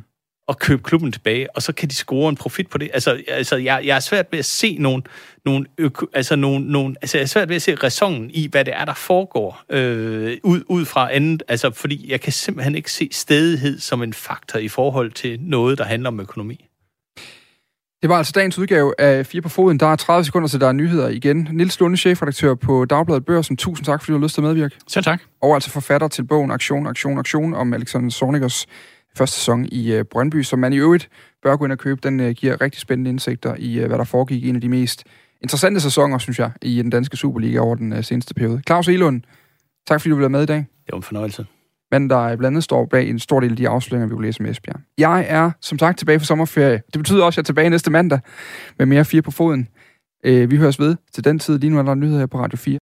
D: og købe klubben tilbage, og så kan de score en profit på det. Altså, altså jeg, jeg er svært ved at se nogen, nogen, øko, altså nogen, nogen, altså jeg er svært ved at se ræsonen i, hvad det er, der foregår øh, ud, ud fra andet, altså fordi jeg kan simpelthen ikke se stædighed som en faktor i forhold til noget, der handler om økonomi.
A: Det var altså dagens udgave af Fire på Foden. Der er tredive sekunder til, der er nyheder igen. Niels Lunde, chefredaktør på Dagbladet Børsen. Tusind tak, fordi du har lyst til at medvirke.
G: Selv tak.
A: Og altså forfatter til bogen Aktion, Aktion, Aktion om Alexander Zornigers første sæson i uh, Brøndby, som man i øvrigt bør gå ind og købe. Den uh, giver rigtig spændende indsigter i, uh, hvad der foregik i en af de mest interessante sæsoner, synes jeg, i den danske Superliga over den uh, seneste periode. Claus Elund, tak fordi du ville være med i dag.
D: Det var en fornøjelse.
A: Men der blandt andet står bag en stor del af de afsløringer, vi vil læse med Esbjerg. Jeg er, som sagt, tilbage for sommerferie. Det betyder også, at jeg er tilbage næste mandag med mere Fire på Foden. Uh, vi høres ved til den tid. Lige nu er der nyheder her på Radio fire.